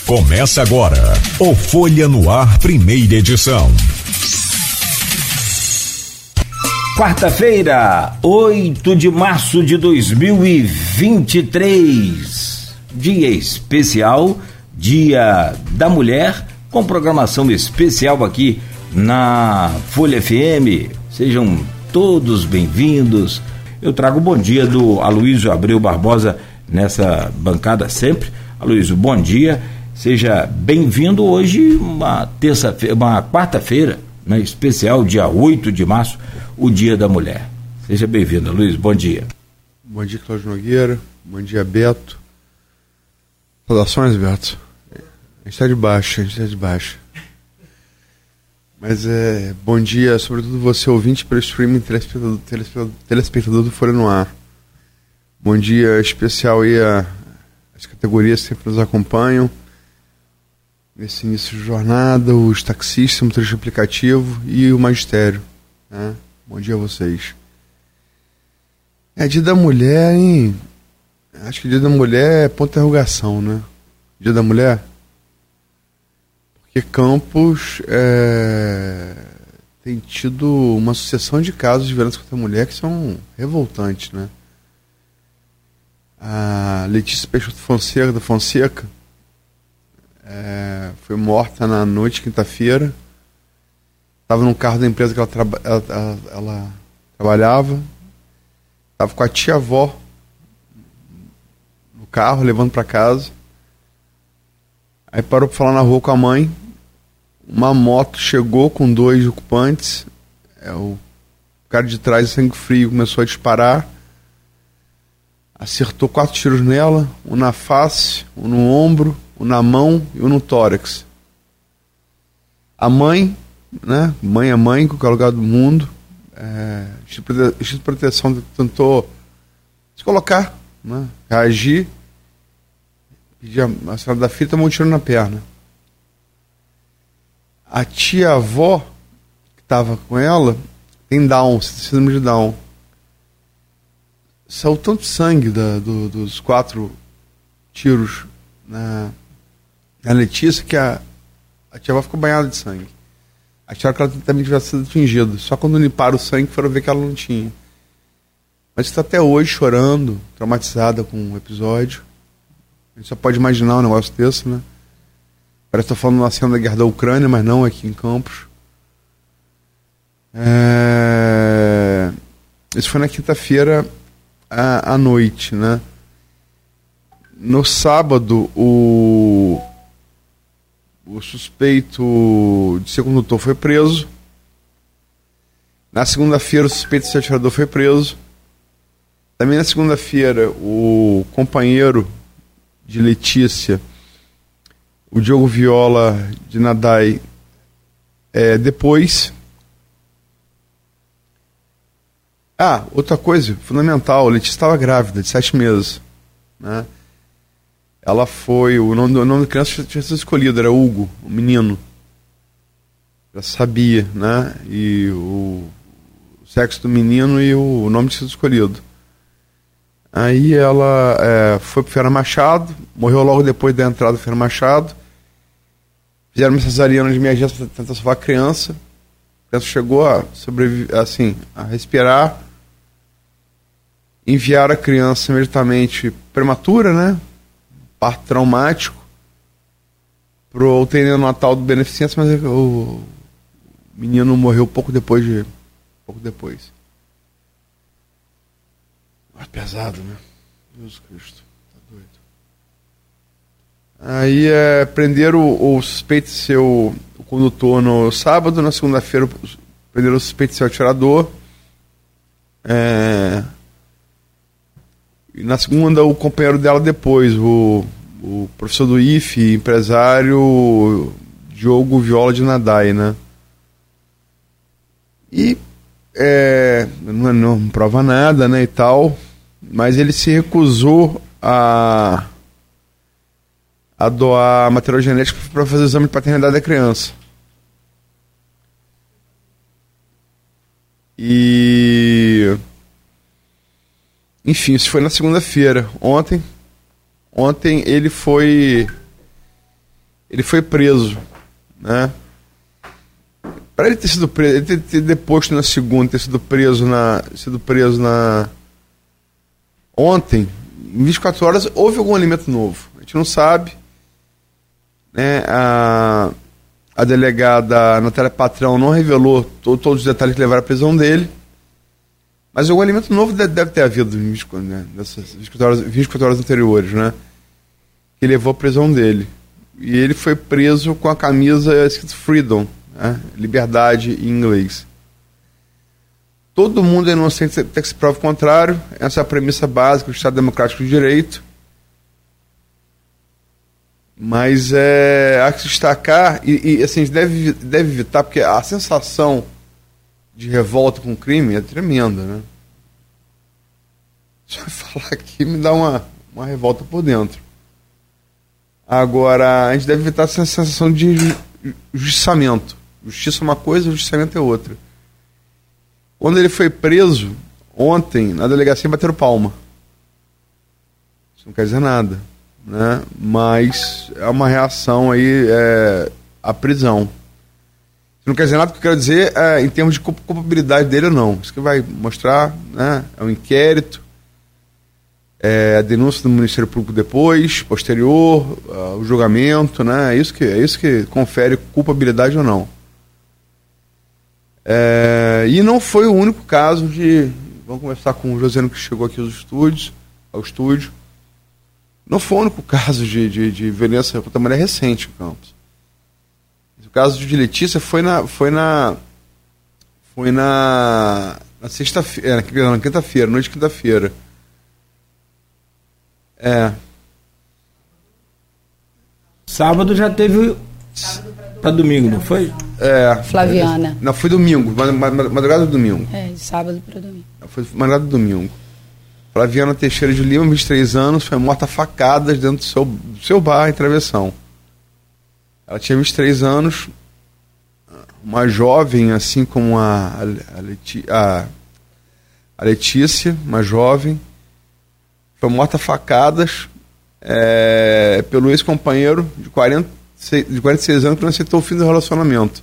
Começa agora o Folha no Ar, primeira edição. Quarta-feira, 8 de março de 2023. Dia especial, Dia da Mulher, com programação especial aqui na Folha FM. Sejam todos bem-vindos. Eu trago o bom dia do Aloysio Abreu Barbosa nessa bancada sempre. Aloysio, bom dia. Seja bem-vindo hoje, uma quarta-feira, né, especial, dia 8 de março, o Dia da Mulher. Seja bem-vindo, Aloysio, bom dia. Bom dia, Cláudio Nogueira. Bom dia, Beto. Saudações, Beto. A gente está de baixo. Mas bom dia, sobretudo você, ouvinte, pelo streaming, telespectador do Folha no Ar. Bom dia especial aí às categorias que sempre nos acompanham nesse início de jornada, os taxistas, o motorista aplicativo e o magistério, né? Bom dia a vocês. Dia da Mulher, hein? Acho que Dia da Mulher é ponto de interrogação, né? Dia da Mulher? Porque Campos tem tido uma sucessão de casos de violência contra a mulher que são revoltantes, né? A Letícia Peixoto Fonseca foi morta na noite de quinta-feira. Estava no carro da empresa que ela trabalhava. Estava com a tia-avó no carro, levando para casa. Aí parou para falar na rua com a mãe. Uma moto chegou com 2 ocupantes. O cara de trás, sangue frio, começou a disparar. Acertou 4 tiros nela, um na face, um no ombro, um na mão e um no tórax. A mãe, né? Mãe é mãe, qualquer lugar do mundo. Instituto de Proteção tentou se colocar, né? Reagir. Pedir a senhora da filha, tomou um tiro na perna. A tia-avó, que estava com ela, tem Down, síndrome de Down. Saiu tanto sangue dos 4 tiros na Letícia que a tia-avó ficou banhada de sangue. Acharam que ela também tivesse sido atingida. Só quando limparam o sangue foram ver que ela não tinha. Mas está até hoje chorando, traumatizada com o episódio. A gente só pode imaginar um negócio desse, né? Parece que estou falando de uma cena da guerra da Ucrânia, mas não aqui em Campos. Isso foi na quinta-feira à noite, né? No sábado, o suspeito de ser condutor foi preso. Na segunda-feira, o suspeito de ser atirador foi preso. Também na segunda-feira, o companheiro de Letícia, o Diogo Viola de Nadai, depois. Outra coisa fundamental, a Letícia estava grávida, de 7 meses, né? Ela foi, o nome da criança tinha sido escolhido, era Hugo, o menino. Já sabia, né? E o sexo do menino e o nome tinha sido escolhido. Aí ela foi pro Ferro Machado, morreu logo depois da entrada do Ferro Machado. Fizeram uma cesariana de emergência para tentar salvar a criança. A criança chegou a sobreviver, assim, a respirar. Enviaram a criança imediatamente prematura, né? Parto traumático. Pro UTI neonatal do Beneficência, mas o menino morreu pouco depois. Pesado, né? Jesus Cristo, tá doido. Aí prenderam o suspeito de ser o condutor no sábado. Na segunda-feira prenderam o suspeito de ser o atirador. E na segunda, o companheiro dela depois, o professor do IFE, empresário Diogo Viola de Nadai, né? E não prova nada, né, e tal, mas ele se recusou a doar material genético para fazer o exame de paternidade da criança. E enfim, isso foi na segunda-feira. Ontem ele foi ele foi preso, né? Para ele ter sido preso, ele ter deposto na segunda, ter sido preso ontem, em 24 horas, houve algum elemento novo. A gente não sabe, né? A delegada Natália Patrão não revelou todos os detalhes que levaram à prisão dele, mas algum elemento novo deve ter havido nessas 24 horas anteriores, né? Que levou à prisão dele. E ele foi preso com a camisa escrito Freedom, né? Liberdade em inglês. Todo mundo é inocente até que se prove o contrário. Essa é a premissa básica do Estado Democrático de Direito. Mas há que se destacar, e assim, a gente deve evitar, porque a sensação de revolta com o crime é tremenda, né? Só falar aqui me dá uma revolta por dentro. Agora, a gente deve evitar essa sensação de justiçamento. Justiça é uma coisa, justiçamento é outra. Quando ele foi preso, ontem, na delegacia, bateram palma. Isso não quer dizer nada, né? Mas é uma reação aí à prisão. Isso não quer dizer nada, que eu quero dizer em termos de culpabilidade dele ou não. Isso que vai mostrar, né? É um inquérito, a denúncia do Ministério Público depois, posterior, o julgamento, né? É isso que confere culpabilidade ou não. E não foi o único caso de... Vamos conversar com o Josiano, que chegou aqui ao estúdio. Não foi o único caso de violência contra a mulher recente em Campos. O caso de Letícia foi na sexta-feira, na quinta-feira, noite de quinta-feira. Sábado já teve para domingo, não foi? Flaviana. Não, foi domingo, madrugada do domingo. De sábado para domingo. Foi madrugada do domingo. Flaviana Teixeira de Lima, 23 anos, foi morta a facadas dentro do seu bar em Travessão. Ela tinha 23 anos, uma jovem, assim como a Letícia, uma jovem, foi morta a facadas pelo ex-companheiro de 46 anos que não aceitou o fim do relacionamento.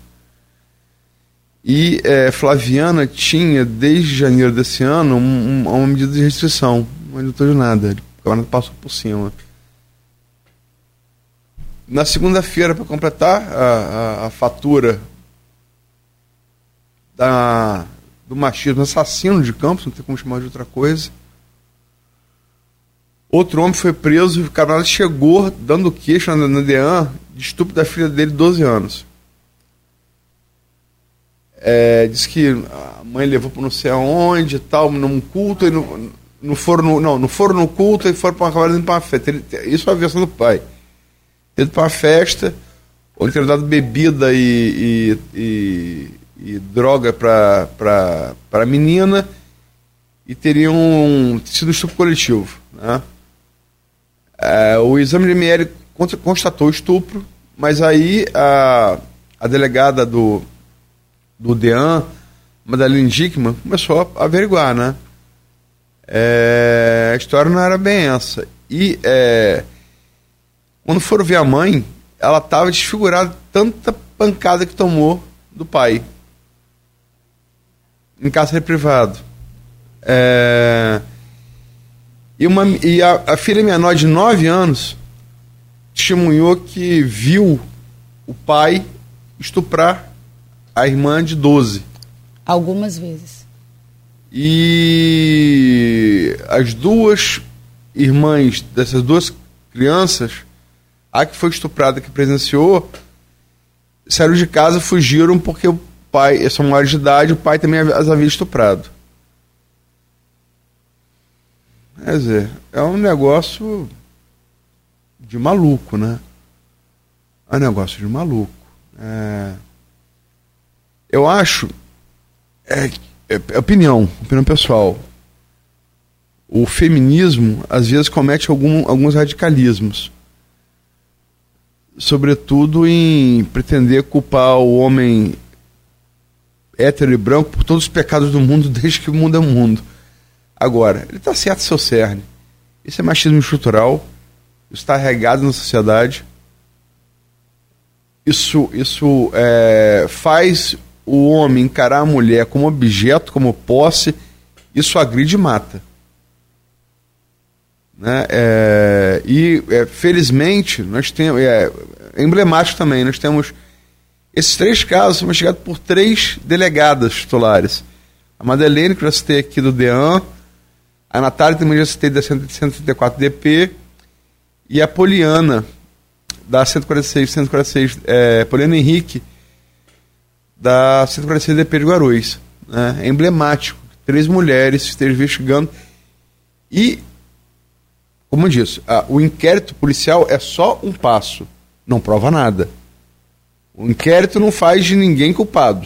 E Flaviana tinha, desde janeiro desse ano, uma medida de restrição. Não adiantou de nada, o camarada passou por cima. Na segunda-feira, para completar a fatura do machismo assassino de Campos, não tem como chamar de outra coisa, outro homem foi preso, o camarada chegou dando queixa na DEAN de estupro da filha dele de 12 anos. Diz que a mãe levou para não sei aonde e tal, num culto, e não foram no culto e foram para uma festa. Isso é a versão do pai. Ele para uma festa, onde teria dado bebida e droga para a menina e teriam sido estupro coletivo, né? O exame de ML constatou o estupro, mas aí a delegada do DEAN, Madalene Dickman, começou a averiguar, né? A história não era bem essa. E quando foram ver a mãe, ela estava desfigurada, tanta pancada que tomou do pai em cárcere privado. E a filha menor de 9 anos testemunhou que viu o pai estuprar a irmã de 12. Algumas vezes. E as duas irmãs dessas duas crianças, a que foi estuprada, que presenciou, saíram de casa, fugiram porque o pai, são maiores de idade, o pai também as havia estuprado. Quer dizer, é um negócio de maluco, né? É um negócio de maluco. Eu acho, opinião pessoal, o feminismo às vezes comete alguns radicalismos, sobretudo em pretender culpar o homem hétero e branco por todos os pecados do mundo desde que o mundo é mundo. Agora, ele está certo, seu cerne. Isso é machismo estrutural, isso está regado na sociedade. isso faz o homem encarar a mulher como objeto, como posse, isso agride e mata. Né? Felizmente, nós temos, é emblemático também, nós temos esses 3 casos investigados por 3 delegadas titulares. A Madeleine, que eu já citei aqui do DEAN, a Natália, também já citei da 134 DP, e a Poliana, da 146, Poliana Henrique, da 146 DP de Guarulhos. Né? É emblemático, 3 mulheres estejam investigando. E, como eu disse, o inquérito policial é só um passo, não prova nada. O inquérito não faz de ninguém culpado.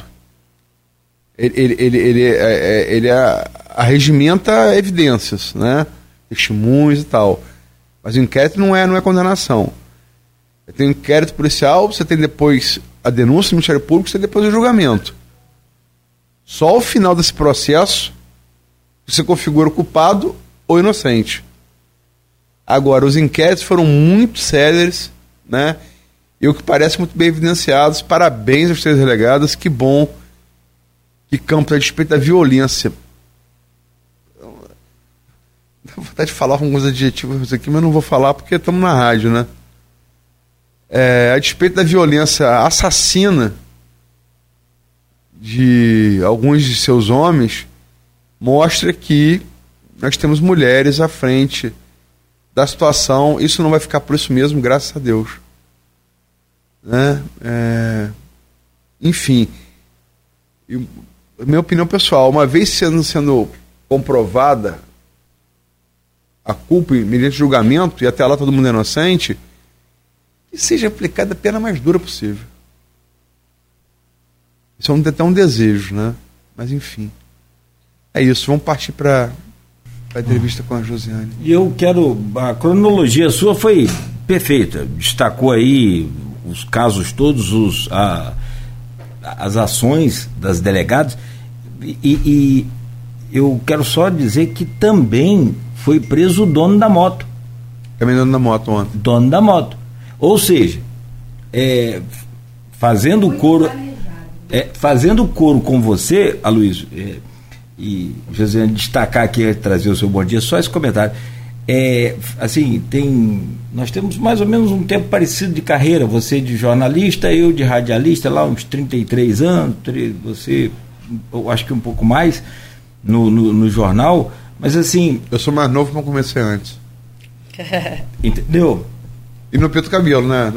Ele arregimenta evidências, né? Testemunhos e tal. Mas o inquérito não é condenação. Tem um inquérito policial, você tem depois a denúncia do Ministério Público, você tem depois o julgamento. Só ao final desse processo você configura o culpado ou inocente. Agora, os inquéritos foram muito céleres, né? E o que parece muito bem evidenciados. Parabéns aos 3 delegados, que bom que campo a despeito da violência. Dá vontade de falar alguns adjetivos aqui, mas não vou falar porque estamos na rádio, né? A despeito da violência assassina de alguns de seus homens, mostra que nós temos mulheres à frente da situação. Isso não vai ficar por isso mesmo, graças a Deus. Né? Enfim, minha opinião pessoal, uma vez sendo comprovada a culpa mediante julgamento, e até lá todo mundo é inocente, que seja aplicada a pena mais dura possível. Isso é até um desejo, né? Mas enfim, é isso. Vamos partir para a entrevista com a Josiane. E eu quero, a cronologia sua foi perfeita, destacou aí os casos todos, as ações das delegadas, e eu quero só dizer que também foi preso o dono da moto. Também dono da moto ontem. Dono da moto. Ou seja, fazendo coro com você, Aloysio, e Josiane, destacar aqui, trazer o seu bom dia, só esse comentário. Assim, nós temos mais ou menos um tempo parecido de carreira, você de jornalista, eu de radialista, lá uns 33 anos, você, eu acho que um pouco mais no jornal, mas assim... Eu sou mais novo, mas comecei antes. Entendeu? E no pinto cabelo, né?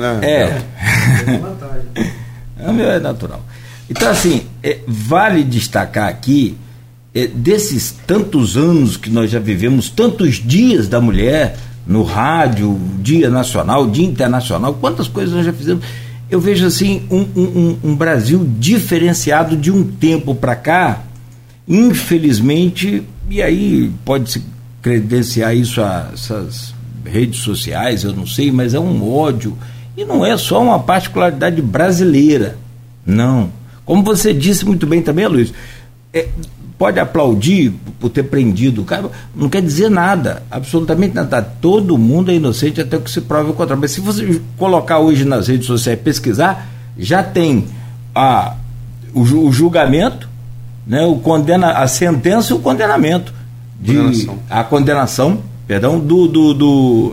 O meu é natural. Então, assim, vale destacar aqui, desses tantos anos que nós já vivemos, tantos dias da mulher no rádio, dia nacional, dia internacional, quantas coisas nós já fizemos. Eu vejo assim um Brasil diferenciado de um tempo para cá, infelizmente, e aí pode-se credenciar isso a essas redes sociais, eu não sei, mas é um ódio, e não é só uma particularidade brasileira, não. Como você disse muito bem também, Luiz, pode aplaudir por ter prendido o cara, não quer dizer nada, absolutamente nada. Todo mundo é inocente até que se prove o contrário. Mas se você colocar hoje nas redes sociais, pesquisar, já tem o julgamento, né, a sentença e o condenamento. A condenação, perdão, do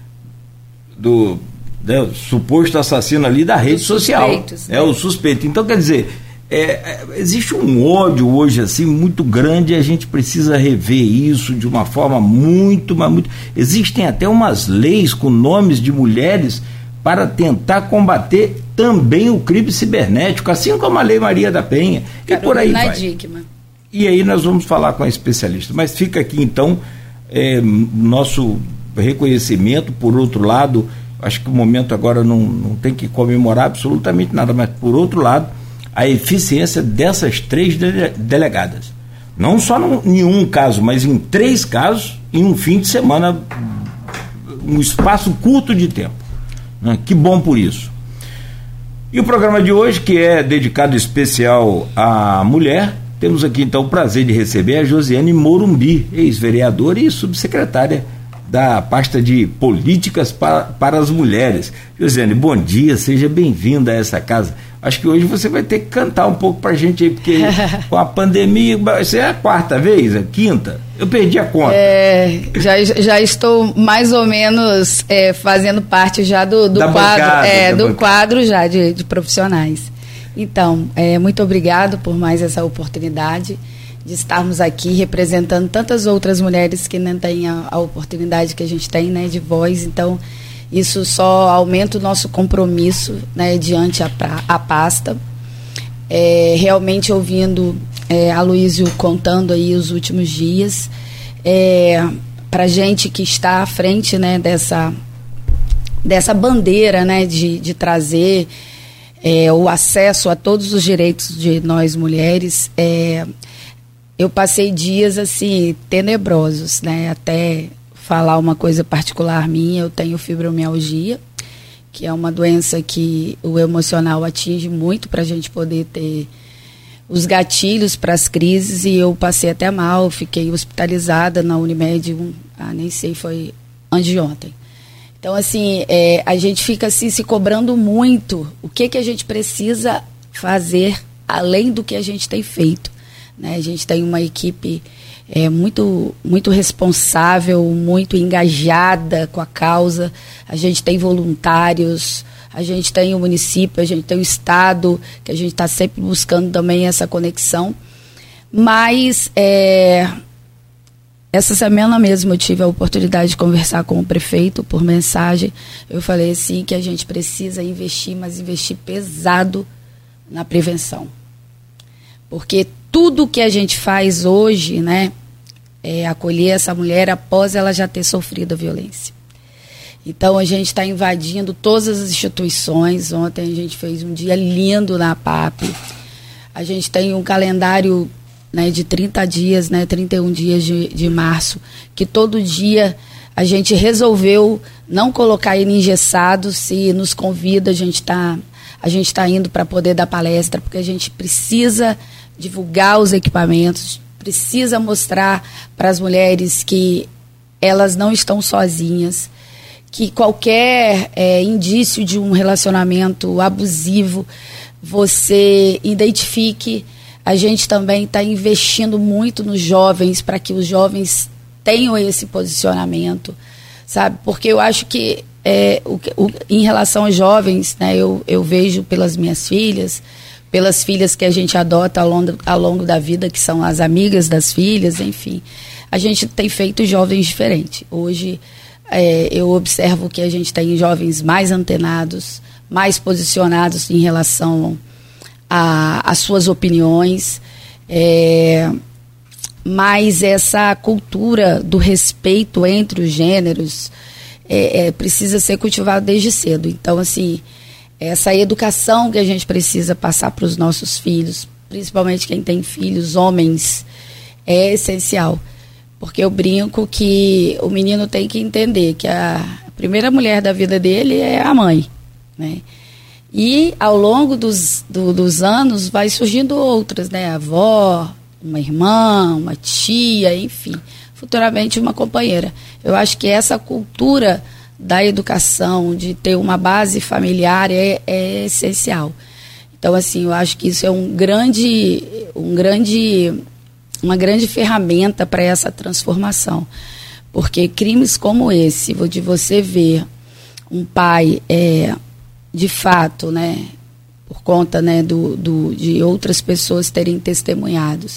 suposto assassino ali da rede social. Né? O suspeito. Então, quer dizer, existe um ódio hoje assim muito grande, e a gente precisa rever isso de uma forma muito. Existem até umas leis com nomes de mulheres para tentar combater também o crime cibernético, assim como a Lei Maria da Penha. E por aí vai. E aí nós vamos falar com a especialista. Mas fica aqui então nosso reconhecimento. Por outro lado, acho que o momento agora não tem que comemorar absolutamente nada, mas por outro lado, a eficiência dessas 3 delegadas. Não só em um caso, mas em 3 casos, em um fim de semana, um espaço curto de tempo. Né? Que bom por isso. E o programa de hoje, que é dedicado especial à mulher, temos aqui então o prazer de receber a Josiane Morumbi, ex-vereadora e subsecretária da pasta de políticas para as mulheres. Josiane, bom dia, seja bem-vinda a essa casa. Acho que hoje você vai ter que cantar um pouco pra gente aí, porque com a pandemia, isso é a quarta vez, a quinta? Eu perdi a conta. Já estou mais ou menos fazendo parte já do quadro, do quadro já de profissionais. Então, muito obrigado por mais essa oportunidade de estarmos aqui representando tantas outras mulheres que não têm a oportunidade que a gente tem, né, de voz. Então, isso só aumenta o nosso compromisso, né, diante a pasta. Realmente ouvindo Aloysio contando aí os últimos dias, para a gente que está à frente, né, dessa bandeira, né, de trazer o acesso a todos os direitos de nós mulheres, eu passei dias assim tenebrosos, né, até falar uma coisa particular minha. Eu tenho fibromialgia, que é uma doença que o emocional atinge muito para a gente poder ter os gatilhos para as crises, e eu passei até mal, fiquei hospitalizada na Unimed, nem sei, foi anteontem. Então, assim, a gente fica assim, se cobrando muito o que a gente precisa fazer além do que a gente tem feito, né? A gente tem uma equipe muito, muito responsável, muito engajada com a causa. A gente tem voluntários, a gente tem o município, a gente tem o estado, que a gente está sempre buscando também essa conexão. Mas essa semana mesmo eu tive a oportunidade de conversar com o prefeito por mensagem. Eu falei assim que a gente precisa investir, mas investir pesado na prevenção. Porque tudo que a gente faz hoje, né, é acolher essa mulher após ela já ter sofrido a violência. Então, a gente está invadindo todas as instituições. Ontem a gente fez um dia lindo na APAP. A gente tem um calendário, né, de 30 dias, né, 31 dias de março, que todo dia a gente resolveu não colocar ele engessado. Se nos convida, a gente tá indo para poder dar palestra, porque a gente precisa divulgar os equipamentos, precisa mostrar para as mulheres que elas não estão sozinhas, que qualquer indício de um relacionamento abusivo, você identifique. A gente também está investindo muito nos jovens, para que os jovens tenham esse posicionamento, sabe? Porque eu acho que em relação aos jovens, né, eu vejo pelas minhas filhas, pelas filhas que a gente adota ao longo da vida, que são as amigas das filhas, enfim. A gente tem feito jovens diferentes. Hoje, eu observo que a gente tem jovens mais antenados, mais posicionados em relação às suas opiniões, mas essa cultura do respeito entre os gêneros precisa ser cultivada desde cedo. Então, assim, essa educação que a gente precisa passar para os nossos filhos, principalmente quem tem filhos, homens, é essencial. Porque eu brinco que o menino tem que entender que a primeira mulher da vida dele é a mãe, né? E ao longo dos anos vai surgindo outras, né? A avó, uma irmã, uma tia, enfim, futuramente uma companheira. Eu acho que essa cultura da educação, de ter uma base familiar é essencial. Então, assim, eu acho que isso é uma grande ferramenta para essa transformação. Porque crimes como esse, de você ver um pai, de fato, né, por conta, né, de outras pessoas terem testemunhados,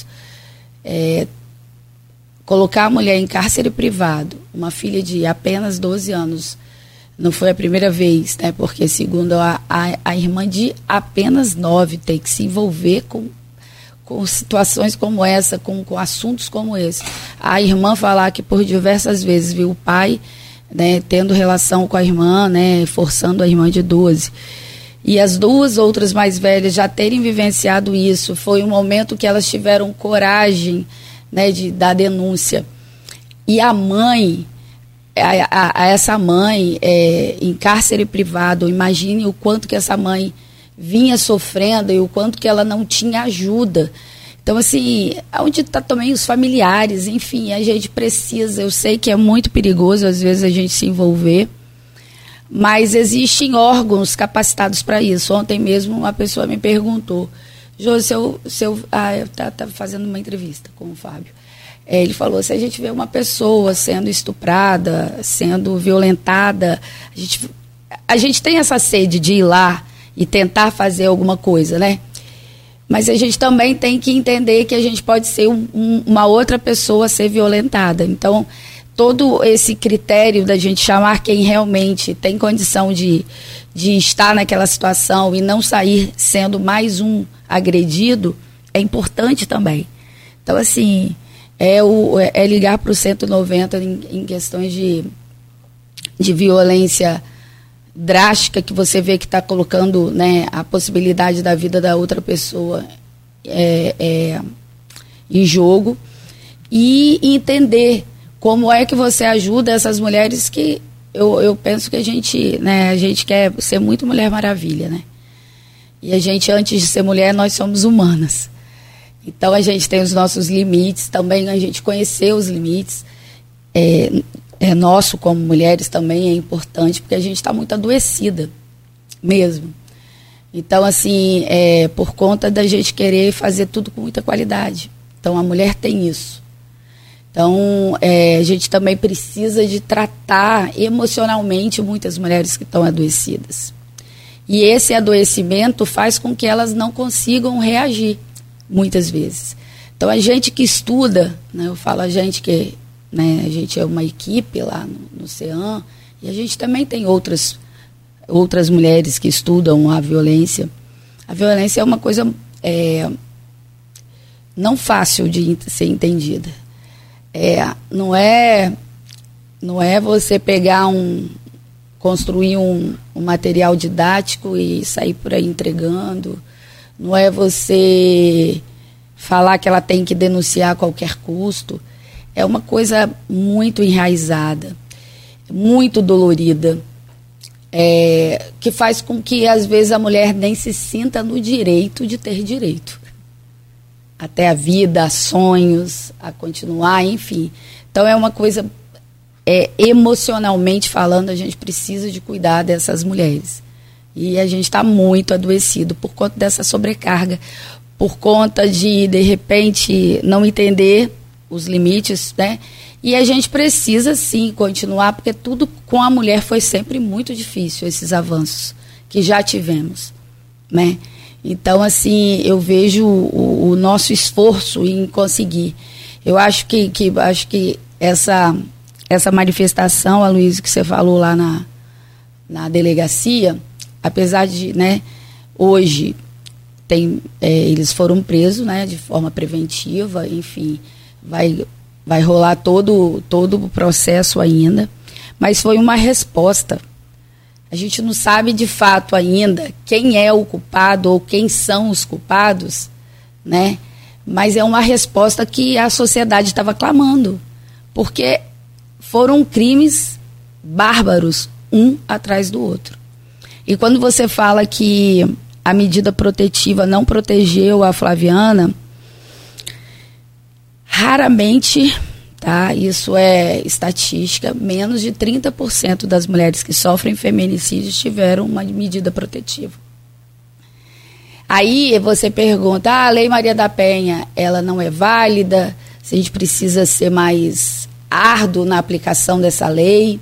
colocar a mulher em cárcere privado, uma filha de apenas 12 anos, não foi a primeira vez, né? Porque segundo a irmã de apenas 9 tem que se envolver com situações como essa, com assuntos como esse. A irmã falar que por diversas vezes viu o pai, né, tendo relação com a irmã, né, forçando a irmã de 12. E as duas outras mais velhas já terem vivenciado isso. Foi um momento que elas tiveram coragem, né, de dar denúncia. E a mãe, essa mãe em cárcere privado, imagine o quanto que essa mãe vinha sofrendo e o quanto que ela não tinha ajuda. Então, assim, onde está também os familiares, enfim, a gente precisa, eu sei que é muito perigoso às vezes a gente se envolver, mas existem órgãos capacitados para isso. Ontem mesmo uma pessoa me perguntou, Jô, eu estava fazendo uma entrevista com o Fábio, ele falou, se a gente vê uma pessoa sendo estuprada, sendo violentada, a gente tem essa sede de ir lá e tentar fazer alguma coisa, né? Mas a gente também tem que entender que a gente pode ser uma outra pessoa a ser violentada. Então, todo esse critério da gente chamar quem realmente tem condição de estar naquela situação e não sair sendo mais um agredido é importante também. Então, assim, é ligar para o 190 em questões de violência drástica, que você vê que está colocando, né, a possibilidade da vida da outra pessoa em jogo, e entender como é que você ajuda essas mulheres que eu penso que a gente quer ser muito Mulher Maravilha, né? E a gente, antes de ser mulher, nós somos humanas. Então a gente tem os nossos limites, também a gente conhecer os limites. Nosso como mulheres também é importante, porque a gente está muito adoecida mesmo. Então, assim, por conta da gente querer fazer tudo com muita qualidade. Então, a mulher tem isso. Então, a gente também precisa de tratar emocionalmente muitas mulheres que estão adoecidas. E esse adoecimento faz com que elas não consigam reagir, muitas vezes. Então, a gente que estuda, né, eu falo a gente que... Né, a gente é uma equipe lá no CEAM, e a gente também tem outras mulheres que estudam a violência. A violência é uma coisa não fácil de ser entendida. Não é você pegar construir um material didático e sair por aí entregando. Não é você falar que ela tem que denunciar a qualquer custo. É uma coisa muito enraizada, muito dolorida, que faz com que, às vezes, a mulher nem se sinta no direito de ter direito. Até a vida, a sonhos, a continuar, enfim. Então, é uma coisa, emocionalmente falando, a gente precisa de cuidar dessas mulheres. E a gente está muito adoecido por conta dessa sobrecarga, por conta de repente, não entender os limites, né? E a gente precisa, sim, continuar, porque tudo com a mulher foi sempre muito difícil, esses avanços que já tivemos, né? Então, assim, eu vejo o nosso esforço em conseguir. Eu acho que essa manifestação, a Luísa, que você falou lá na delegacia, apesar de, né, hoje eles foram presos, né, de forma preventiva, enfim, vai rolar todo o processo ainda, mas foi uma resposta. A gente não sabe de fato ainda quem é o culpado ou quem são os culpados, né? Mas é uma resposta que a sociedade estava clamando, porque foram crimes bárbaros, um atrás do outro. E quando você fala que a medida protetiva não protegeu a Flaviana, raramente, tá? Isso é estatística, menos de 30% das mulheres que sofrem feminicídios tiveram uma medida protetiva. Aí você pergunta, a Lei Maria da Penha, ela não é válida? Se a gente precisa ser mais árduo na aplicação dessa lei?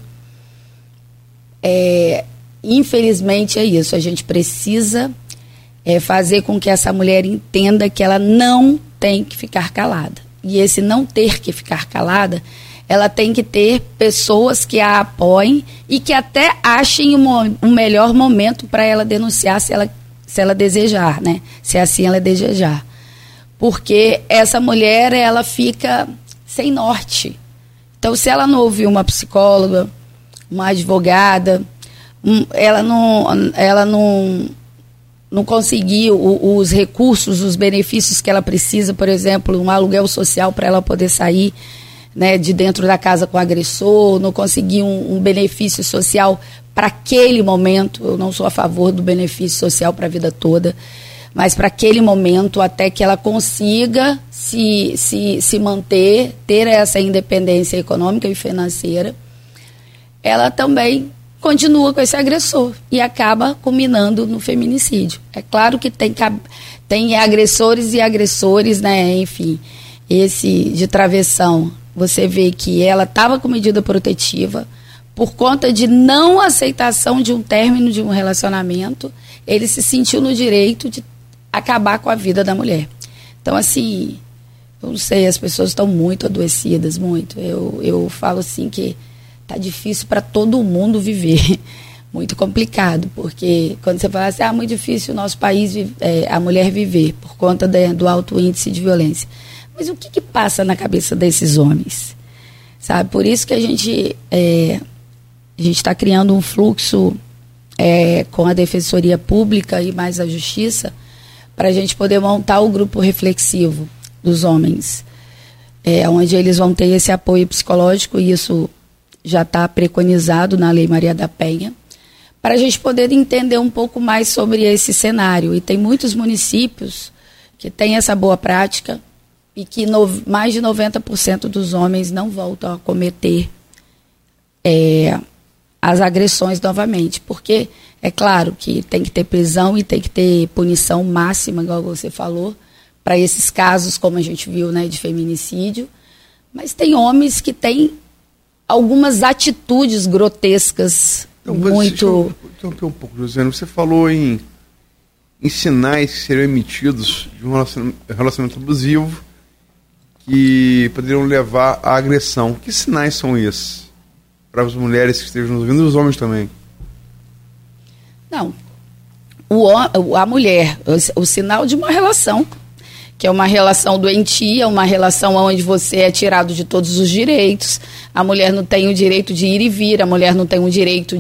Infelizmente é isso, a gente precisa fazer com que essa mulher entenda que ela não tem que ficar calada. E esse não ter que ficar calada, ela tem que ter pessoas que a apoiem e que até achem um melhor momento para ela denunciar se ela desejar, né? Se assim ela desejar. Porque essa mulher, ela fica sem norte. Então, se ela não ouvir uma psicóloga, uma advogada, ela não conseguir os recursos, os benefícios que ela precisa, por exemplo, um aluguel social para ela poder sair, né, de dentro da casa com o agressor, não conseguir um benefício social para aquele momento. Eu não sou a favor do benefício social para a vida toda, mas para aquele momento, até que ela consiga se manter, ter essa independência econômica e financeira, ela também continua com esse agressor e acaba culminando no feminicídio. É claro que tem agressores e agressores, né? Enfim, esse de travessão, você vê que ela estava com medida protetiva, por conta de não aceitação de um término de um relacionamento, ele se sentiu no direito de acabar com a vida da mulher. Então, assim, eu não sei, as pessoas estão muito adoecidas, muito. Eu falo assim que tá difícil para todo mundo viver, muito complicado, porque quando você fala assim, muito difícil o nosso país, a mulher viver, por conta do alto índice de violência. Mas o que passa na cabeça desses homens? Sabe, por isso que a gente está criando um fluxo com a Defensoria Pública e mais a Justiça, para a gente poder montar o grupo reflexivo dos homens, onde eles vão ter esse apoio psicológico, e isso já está preconizado na Lei Maria da Penha, para a gente poder entender um pouco mais sobre esse cenário. E tem muitos municípios que têm essa boa prática e que mais de 90% dos homens não voltam a cometer as agressões novamente, porque é claro que tem que ter prisão e tem que ter punição máxima, igual você falou, para esses casos, como a gente viu, né, de feminicídio, mas tem homens que têm algumas atitudes grotescas, então, muito... Deixa eu interromper um pouco, Josiane. Você falou em sinais que seriam emitidos de um relacionamento abusivo que poderiam levar à agressão. Que sinais são esses? Para as mulheres que estejam nos ouvindo e os homens também. Não. A mulher, o sinal de uma relação, que é uma relação doentia, uma relação onde você é tirado de todos os direitos. A mulher não tem o direito de ir e vir, a mulher não tem o direito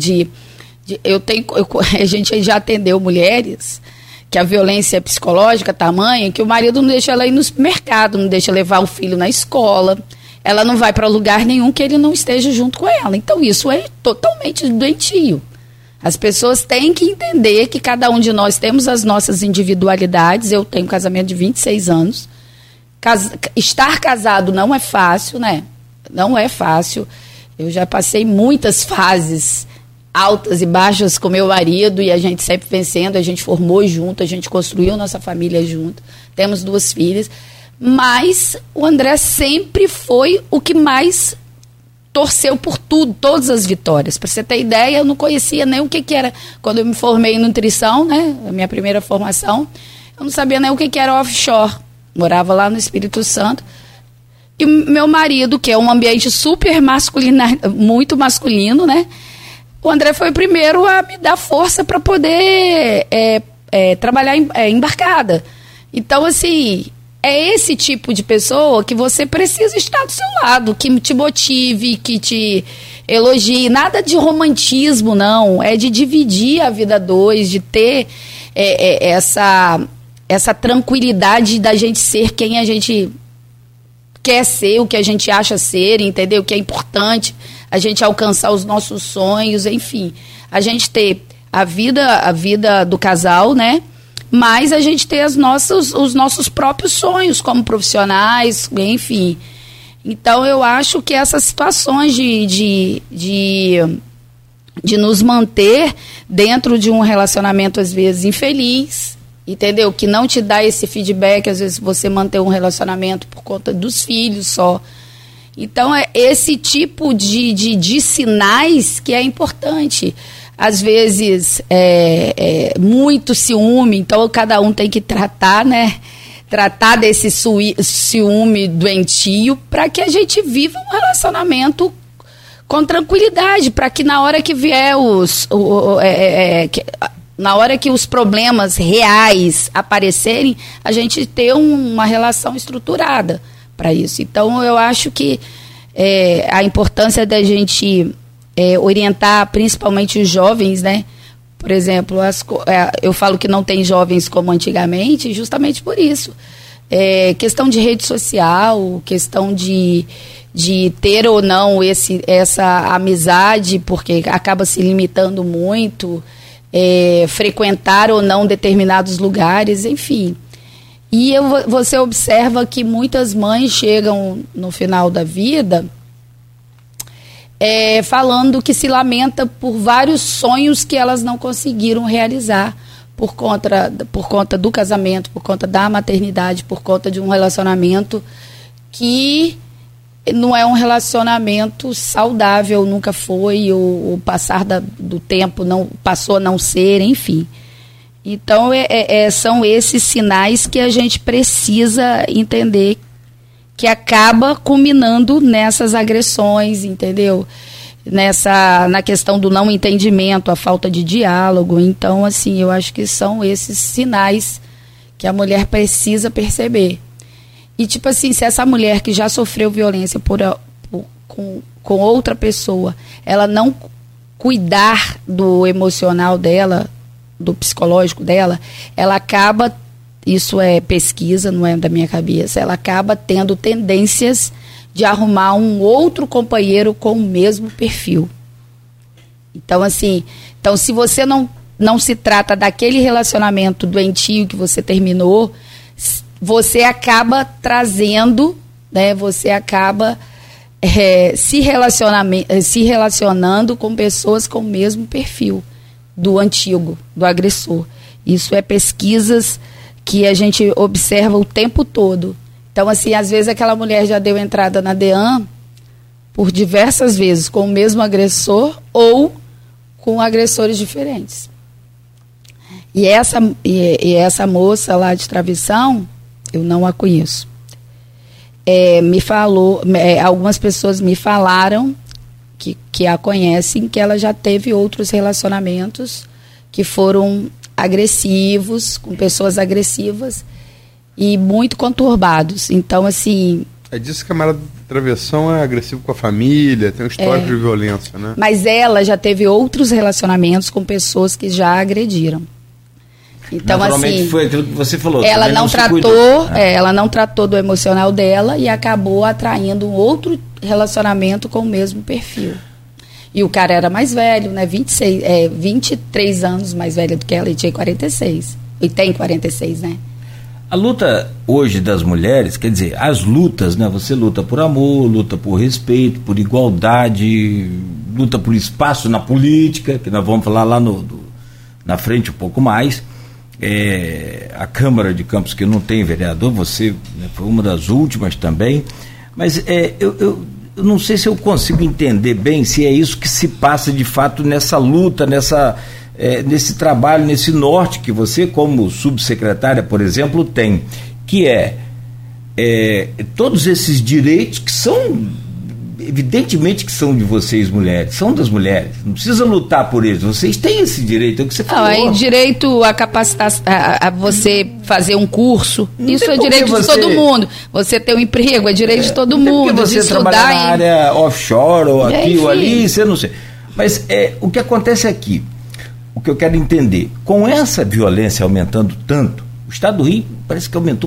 a gente já atendeu mulheres que a violência psicológica é tamanha que o marido não deixa ela ir no supermercado, não deixa levar o filho na escola, ela não vai para lugar nenhum que ele não esteja junto com ela. Então isso é totalmente doentio. As pessoas têm que entender que cada um de nós temos as nossas individualidades. Eu tenho um casamento de 26 anos. Estar casado não é fácil, né? Não é fácil. Eu já passei muitas fases altas e baixas com meu marido e a gente sempre vencendo, a gente formou junto, a gente construiu nossa família junto, temos 2 filhas, mas o André sempre foi o que mais torceu por tudo, todas as vitórias. Para você ter ideia, eu não conhecia nem o que era, quando eu me formei em nutrição, né, a minha primeira formação, eu não sabia nem o que era offshore, morava lá no Espírito Santo, e meu marido, que é um ambiente super masculino, muito masculino, né, o André foi o primeiro a me dar força para poder trabalhar embarcada. Então, assim, é esse tipo de pessoa que você precisa estar do seu lado, que te motive, que te elogie. Nada de romantismo, não. É de dividir a vida a dois, de ter essa tranquilidade da gente ser quem a gente quer ser, o que a gente acha ser, entendeu? O que é importante, a gente alcançar os nossos sonhos, enfim. A gente ter a vida do casal, né? Mas a gente ter os nossos próprios sonhos como profissionais, enfim. Então, eu acho que essas situações de nos manter dentro de um relacionamento, às vezes, infeliz, entendeu? Que não te dá esse feedback, às vezes você manter um relacionamento por conta dos filhos só. Então, é esse tipo de sinais que é importante. Às vezes, muito ciúme, então cada um tem que tratar, né? Tratar desse ciúme doentio para que a gente viva um relacionamento com tranquilidade, para que na hora que vier na hora que os problemas reais aparecerem, a gente ter uma relação estruturada para isso. Então, eu acho que a importância da gente orientar principalmente os jovens, né? Por exemplo, eu falo que não tem jovens como antigamente, justamente por isso. Questão de rede social, questão de ter ou não essa amizade, porque acaba se limitando muito. frequentar ou não determinados lugares, enfim. E você observa que muitas mães chegam no final da vida falando que se lamenta por vários sonhos que elas não conseguiram realizar por conta do casamento, por conta da maternidade, por conta de um relacionamento que não é um relacionamento saudável, nunca foi, o passar do tempo não passou a não ser, enfim. Então, são esses sinais que a gente precisa entender que acaba culminando nessas agressões, entendeu? Na questão do não entendimento, a falta de diálogo. Então, assim, eu acho que são esses sinais que a mulher precisa perceber. E, tipo assim, se essa mulher que já sofreu violência com outra pessoa, ela não cuidar do emocional dela, do psicológico dela, ela acaba, isso é pesquisa, não é da minha cabeça, ela acaba tendo tendências de arrumar um outro companheiro com o mesmo perfil. Então, assim, se você não se trata daquele relacionamento doentio que você terminou, você acaba trazendo, né, você acaba se relacionando com pessoas com o mesmo perfil do antigo, do agressor. Isso é pesquisas que a gente observa o tempo todo. Então, assim, às vezes aquela mulher já deu entrada na DEAN por diversas vezes com o mesmo agressor ou com agressores diferentes. E essa moça lá de Travessão, eu não a conheço. Me falou, algumas pessoas me falaram que a conhecem, que ela já teve outros relacionamentos que foram agressivos, com pessoas agressivas e muito conturbados. Então, assim... Diz que a camarada de Travessão é agressivo com a família, tem um histórico de violência, né? Mas ela já teve outros relacionamentos com pessoas que já agrediram. Então, naturalmente, assim, foi aquilo que você falou. Ela não tratou do emocional dela e acabou atraindo um outro relacionamento com o mesmo perfil. E o cara era mais velho, né? 23 anos mais velho do que ela, e tinha 46. E tem 46, né? A luta hoje das mulheres, quer dizer, as lutas, né? Você luta por amor, luta por respeito, por igualdade, luta por espaço na política, que nós vamos falar lá na frente um pouco mais. A Câmara de Campos, que não tem vereador, você, né, foi uma das últimas também, mas eu não sei se eu consigo entender bem se é isso que se passa de fato nessa luta, nesse trabalho, nesse norte que você, como subsecretária, por exemplo, tem, que todos esses direitos que são, evidentemente que são de vocês mulheres, são das mulheres, não precisa lutar por eles, vocês têm esse direito, é o que você falou. Aí direito a capacitar, a você fazer um curso, isso é direito de todo mundo, você ter um emprego, é direito de todo mundo, você de trabalhar na área offshore, ou aqui ou ali, você não sei, mas o que acontece aqui, o que eu quero entender, com essa violência aumentando tanto, o Estado do Rio parece que aumentou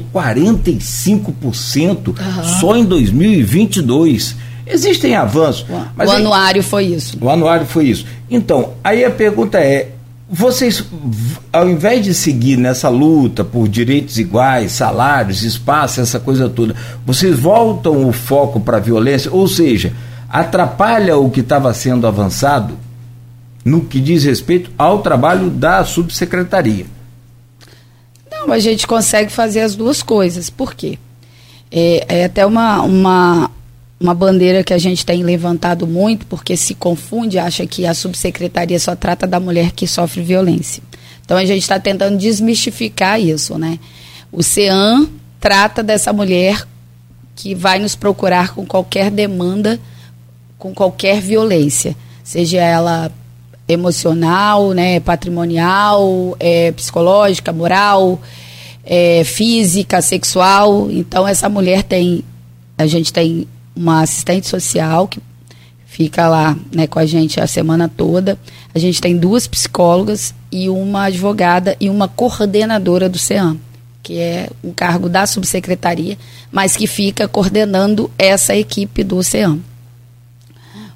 45% só em 2022. Existem avanços. Mas o anuário foi isso. O anuário foi isso. Então, aí a pergunta vocês, ao invés de seguir nessa luta por direitos iguais, salários, espaço, essa coisa toda, vocês voltam o foco para a violência, ou seja, atrapalha o que estava sendo avançado no que diz respeito ao trabalho da subsecretaria? Não, a gente consegue fazer as duas coisas. Por quê? É até uma bandeira que a gente tem levantado muito, porque se confunde, acha que a subsecretaria só trata da mulher que sofre violência. Então, a gente está tentando desmistificar isso, né? O CEAM trata dessa mulher que vai nos procurar com qualquer demanda, com qualquer violência, seja ela emocional, né, patrimonial, psicológica, moral, física, sexual. Então, essa mulher a gente tem uma assistente social que fica lá, né, com a gente a semana toda. A gente tem 2 psicólogas e uma advogada e uma coordenadora do CEAM, que é um cargo da subsecretaria, mas que fica coordenando essa equipe do CEAM.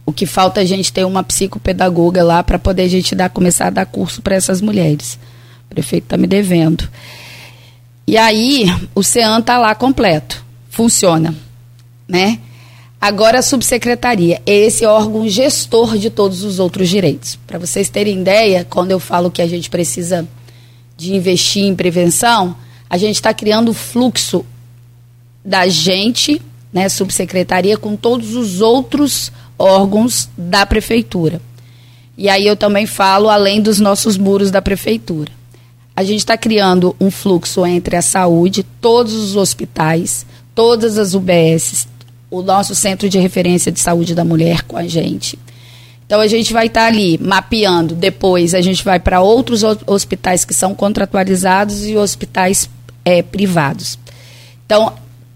O que falta a gente ter uma psicopedagoga lá para poder a gente começar a dar curso para essas mulheres. O prefeito está me devendo. E aí, o CEAM está lá completo, funciona, né? Agora a subsecretaria é esse órgão gestor de todos os outros direitos. Para vocês terem ideia, quando eu falo que a gente precisa de investir em prevenção, a gente está criando o fluxo da gente, né, subsecretaria, com todos os outros órgãos da prefeitura. E aí eu também falo além dos nossos muros da prefeitura. A gente está criando um fluxo entre a saúde, todos os hospitais, todas as UBSs, o nosso Centro de Referência de Saúde da Mulher com a gente. Então, a gente vai estar ali mapeando. Depois, a gente vai para outros hospitais que são contratualizados e hospitais privados. Então,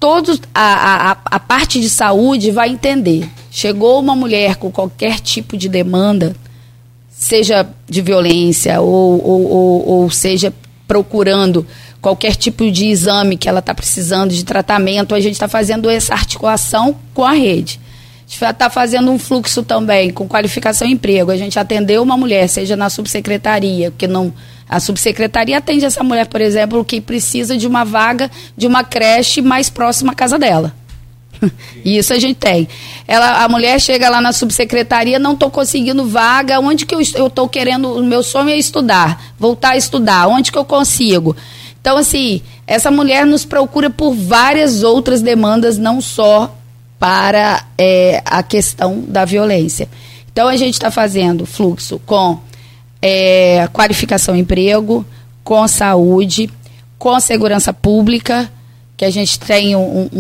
a parte de saúde vai entender. Chegou uma mulher com qualquer tipo de demanda, seja de violência ou seja procurando qualquer tipo de exame que ela está precisando, de tratamento, a gente está fazendo essa articulação com a rede. A gente está fazendo um fluxo também com qualificação e emprego. A gente atendeu uma mulher, seja na subsecretaria, porque não, a subsecretaria atende essa mulher, por exemplo, que precisa de uma vaga de uma creche mais próxima à casa dela. E isso a gente tem. A mulher chega lá na subsecretaria, não estou conseguindo vaga, onde que eu estou querendo, o meu sonho é estudar, voltar a estudar, onde que eu consigo? Então, assim, essa mulher nos procura por várias outras demandas, não só para a questão da violência. Então, a gente está fazendo fluxo com qualificação e emprego, com saúde, com segurança pública, que a gente tem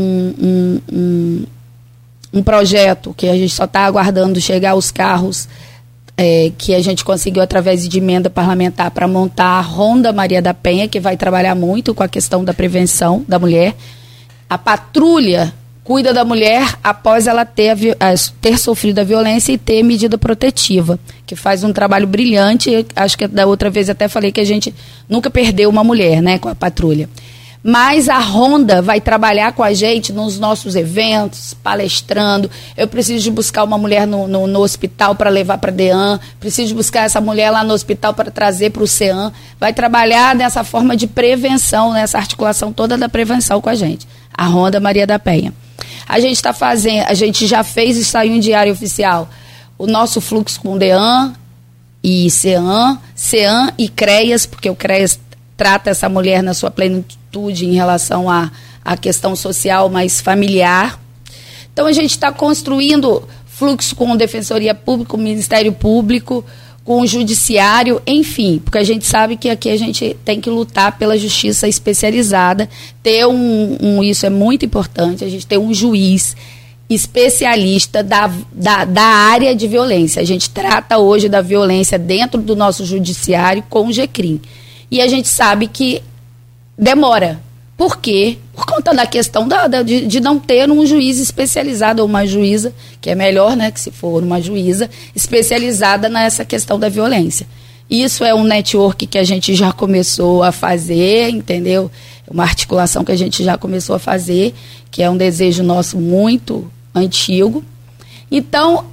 um projeto que a gente só está aguardando chegar os carros que a gente conseguiu através de emenda parlamentar para montar a Ronda Maria da Penha, que vai trabalhar muito com a questão da prevenção da mulher. A patrulha cuida da mulher após ela ter sofrido a violência e ter medida protetiva, que faz um trabalho brilhante. Acho que da outra vez até falei que a gente nunca perdeu uma mulher, né, com a patrulha. Mas a Ronda vai trabalhar com a gente nos nossos eventos, palestrando. Eu preciso de buscar uma mulher no hospital para levar para a DEAN, preciso de buscar essa mulher lá no hospital para trazer para o CEAM. Vai trabalhar dessa forma de prevenção, nessa articulação toda da prevenção com a gente. A Ronda Maria da Penha. A gente já fez e saiu em diário oficial o nosso fluxo com DEAN e CEAM e CREAS, porque o CREAS trata essa mulher na sua plenitude em relação à questão social mais familiar. Então, a gente está construindo fluxo com a Defensoria Pública, com o Ministério Público, com o Judiciário, enfim, porque a gente sabe que aqui a gente tem que lutar pela justiça especializada, ter isso é muito importante, a gente ter um juiz especialista da área de violência. A gente trata hoje da violência dentro do nosso judiciário com o GCRIM. E a gente sabe que demora. Por quê? Por conta da questão de não ter um juiz especializado, ou uma juíza, que é melhor, né, que se for uma juíza, especializada nessa questão da violência. Isso é um network que a gente já começou a fazer, entendeu? Uma articulação que a gente já começou a fazer, que é um desejo nosso muito antigo. Então,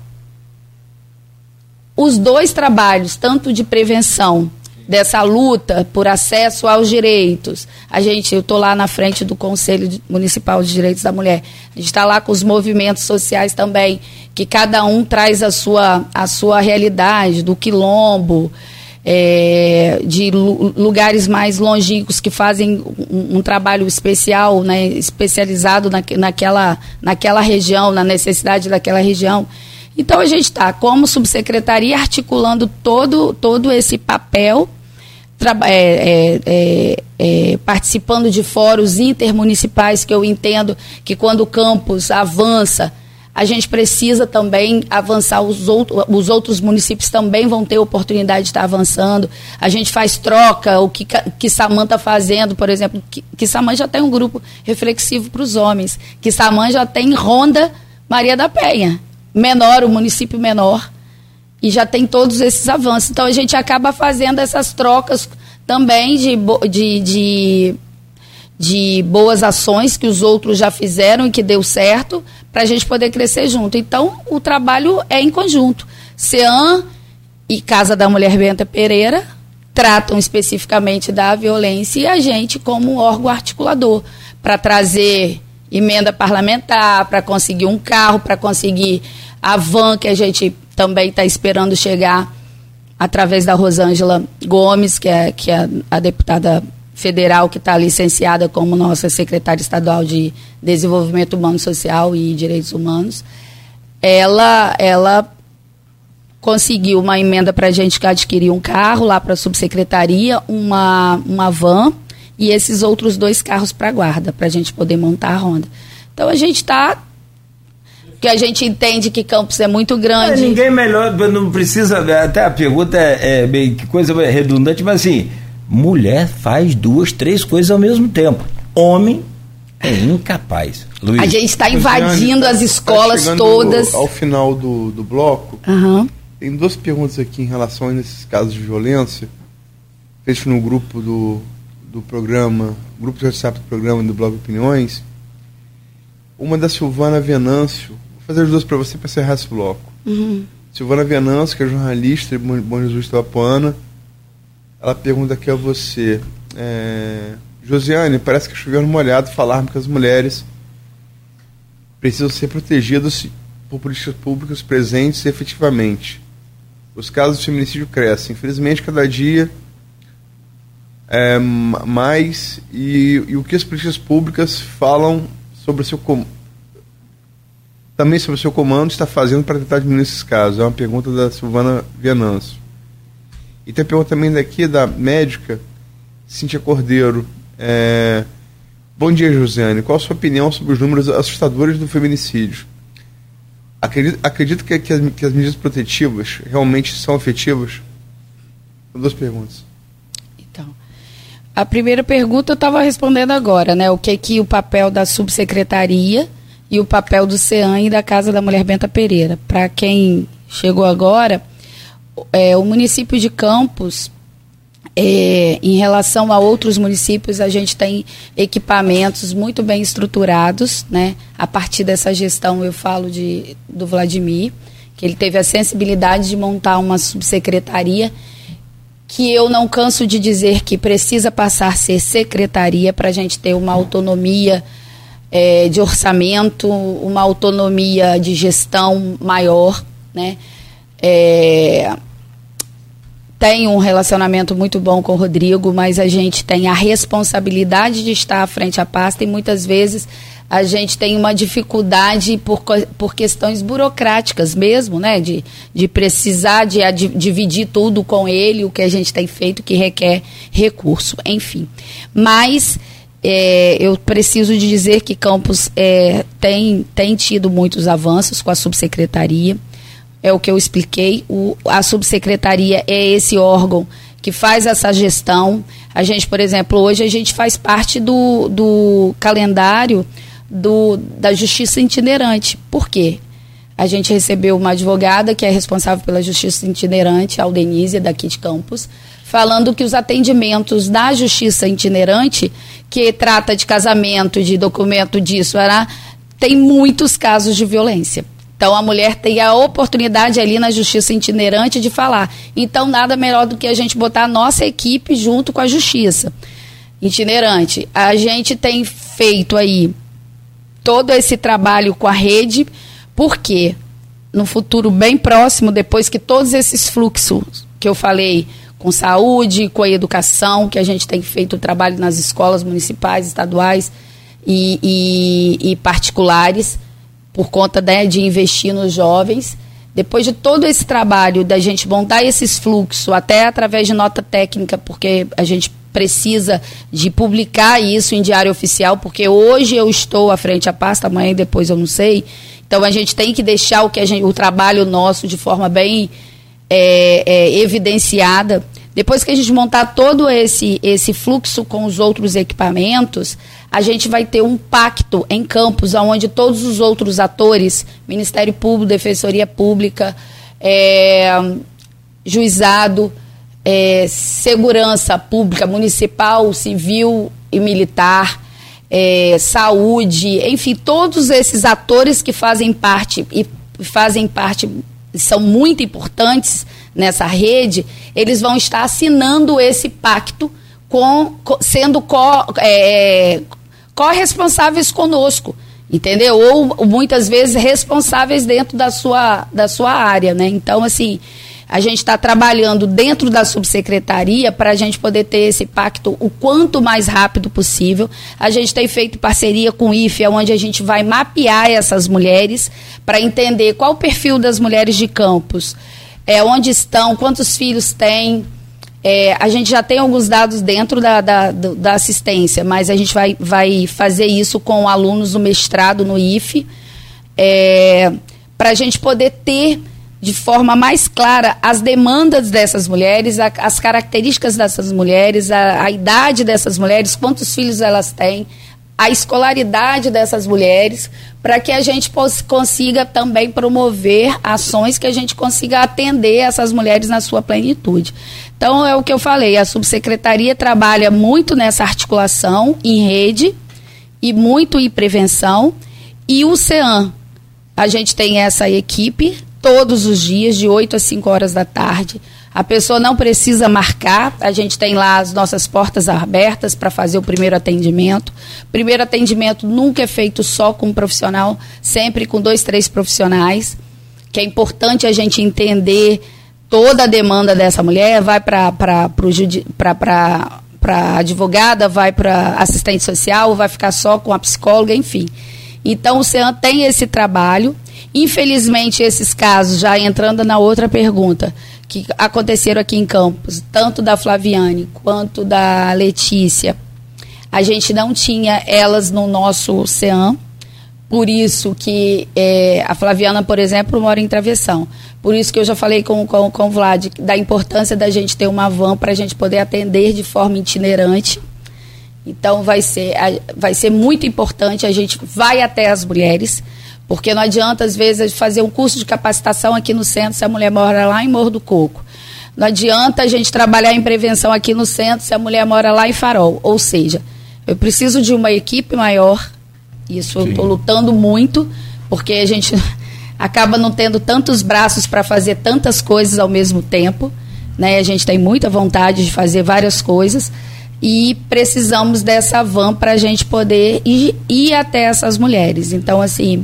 os dois trabalhos, tanto de prevenção, dessa luta por acesso aos direitos. Eu estou lá na frente do Conselho Municipal de Direitos da Mulher. A gente está lá com os movimentos sociais também, que cada um traz a sua realidade, do quilombo, de lugares mais longínquos que fazem um trabalho especial, né, especializado naquela região, na necessidade daquela região. Então, a gente está, como subsecretaria, articulando todo esse papel, participando de fóruns intermunicipais, que eu entendo que quando o campus avança, a gente precisa também avançar, os outros municípios também vão ter oportunidade de estar avançando. A gente faz troca, o que Samã está fazendo, por exemplo, que Samã já tem um grupo reflexivo para os homens, que Samã já tem Ronda Maria da Penha, menor, o município menor, e já tem todos esses avanços. Então, a gente acaba fazendo essas trocas também de boas ações que os outros já fizeram e que deu certo, para a gente poder crescer junto. Então, o trabalho é em conjunto. CEAM e Casa da Mulher Benta Pereira tratam especificamente da violência e a gente como órgão articulador para trazer emenda parlamentar, para conseguir um carro, para conseguir a van que a gente também está esperando chegar através da Rosângela Gomes, que é a deputada federal que está licenciada como nossa secretária estadual de Desenvolvimento Humano, Social e Direitos Humanos. Ela conseguiu uma emenda para a gente adquirir um carro lá para a subsecretaria, uma van e esses outros 2 carros para a guarda, para a gente poder montar a ronda. Então a gente está... Porque a gente entende que Campos é muito grande. Ninguém melhor, não precisa... Até a pergunta é meio que coisa redundante, mas assim, mulher faz 2, 3 coisas ao mesmo tempo. Homem é incapaz. Luiz. A gente está invadindo as escolas todas. Ao final do bloco, tem 2 perguntas aqui em relação a esses casos de violência, feitos no grupo do programa, grupo de WhatsApp do programa do Blog Opiniões. Uma da Silvana Venâncio, vou fazer as 2 para você para encerrar esse bloco. Silvana Venâncio, que é jornalista de Bom Jesus de Itapuana, ela pergunta aqui a você, Josiane, parece que choveu no molhado falarmos que as mulheres precisam ser protegidas por políticas públicas presentes efetivamente. Os casos de feminicídio crescem. Infelizmente, cada dia mais, e o que as políticas públicas falam sobre também sobre o seu comando está fazendo para tentar diminuir esses casos? É uma pergunta da Silvana Venâncio. E tem a pergunta também daqui da médica Cíntia Cordeiro. Bom dia, Josiane. Qual a sua opinião sobre os números assustadores do feminicídio? Acredita que as medidas protetivas realmente são efetivas? São 2 perguntas. Então, a primeira pergunta eu estava respondendo agora, né? O que o papel da subsecretaria e o papel do CEAM e da Casa da Mulher Benta Pereira. Para quem chegou agora, o município de Campos, em relação a outros municípios, a gente tem equipamentos muito bem estruturados, né? A partir dessa gestão, eu falo do Vladimir, que ele teve a sensibilidade de montar uma subsecretaria que eu não canso de dizer que precisa passar a ser secretaria para a gente ter uma autonomia de orçamento, uma autonomia de gestão maior, né? Tem um relacionamento muito bom com o Rodrigo, mas a gente tem a responsabilidade de estar à frente à pasta e muitas vezes a gente tem uma dificuldade por questões burocráticas mesmo, né? De precisar de dividir tudo com ele, o que a gente tem feito que requer recurso, enfim. Mas eu preciso de dizer que Campos tem tido muitos avanços com a subsecretaria. É o que eu expliquei, a subsecretaria é esse órgão que faz essa gestão. A gente, por exemplo, hoje a gente faz parte do calendário da Justiça Itinerante. Por quê? A gente recebeu uma advogada que é responsável pela Justiça Itinerante, a Aldenísia, daqui de Campos, falando que os atendimentos da Justiça Itinerante, que trata de casamento, de documento disso, tem muitos casos de violência. Então, a mulher tem a oportunidade ali na Justiça Itinerante de falar. Então, nada melhor do que a gente botar a nossa equipe junto com a Justiça Itinerante. A gente tem feito aí todo esse trabalho com a rede, porque no futuro bem próximo, depois que todos esses fluxos que eu falei, com saúde, com a educação, que a gente tem feito o trabalho nas escolas municipais, estaduais e particulares, por conta de investir nos jovens. Depois de todo esse trabalho da gente montar esses fluxos, até através de nota técnica, porque a gente precisa de publicar isso em diário oficial, porque hoje eu estou à frente à pasta, amanhã e depois eu não sei. Então a gente tem que deixar o trabalho nosso de forma bem evidenciada. Depois que a gente montar todo esse fluxo com os outros equipamentos, a gente vai ter um pacto em Campos, onde todos os outros atores, Ministério Público, Defensoria Pública, juizado, segurança pública, municipal, civil e militar, saúde, enfim, todos esses atores que fazem parte são muito importantes nessa rede, eles vão estar assinando esse pacto sendo corresponsáveis conosco, entendeu? Ou muitas vezes responsáveis dentro da sua área, né? Então, assim, a gente está trabalhando dentro da subsecretaria para a gente poder ter esse pacto o quanto mais rápido possível. A gente tem feito parceria com o IFE, onde a gente vai mapear essas mulheres para entender qual o perfil das mulheres de Campos, onde estão, quantos filhos têm. A gente já tem alguns dados dentro da assistência, mas a gente vai fazer isso com alunos do mestrado no IFE, para a gente poder ter de forma mais clara as demandas dessas mulheres, as características dessas mulheres, a idade dessas mulheres, quantos filhos elas têm, a escolaridade dessas mulheres, para que a gente consiga também promover ações que a gente consiga atender essas mulheres na sua plenitude. Então, é o que eu falei, a subsecretaria trabalha muito nessa articulação em rede e muito em prevenção, e o CEAM, a gente tem essa equipe todos os dias, de 8 às 5 horas da tarde. A pessoa não precisa marcar, a gente tem lá as nossas portas abertas para fazer o primeiro atendimento. O primeiro atendimento nunca é feito só com um profissional, sempre com 2, 3 profissionais, que é importante a gente entender toda a demanda dessa mulher, vai para a advogada, vai para assistente social, vai ficar só com a psicóloga, enfim. Então, o CEAM tem esse trabalho. Infelizmente, esses casos, já entrando na outra pergunta, que aconteceram aqui em Campos, tanto da Flaviane quanto da Letícia, a gente não tinha elas no nosso CEAM, por isso que a Flaviana, por exemplo, mora em Travessão. Por isso que eu já falei com o Vlad, da importância da gente ter uma van para a gente poder atender de forma itinerante. Então, vai ser muito importante, a gente vai até as mulheres, porque não adianta, às vezes, fazer um curso de capacitação aqui no centro se a mulher mora lá em Morro do Coco. Não adianta a gente trabalhar em prevenção aqui no centro se a mulher mora lá em Farol. Ou seja, eu preciso de uma equipe maior, isso eu estou lutando muito, porque a gente acaba não tendo tantos braços para fazer tantas coisas ao mesmo tempo, né? A gente tem muita vontade de fazer várias coisas, e precisamos dessa van para a gente poder ir até essas mulheres. Então, assim,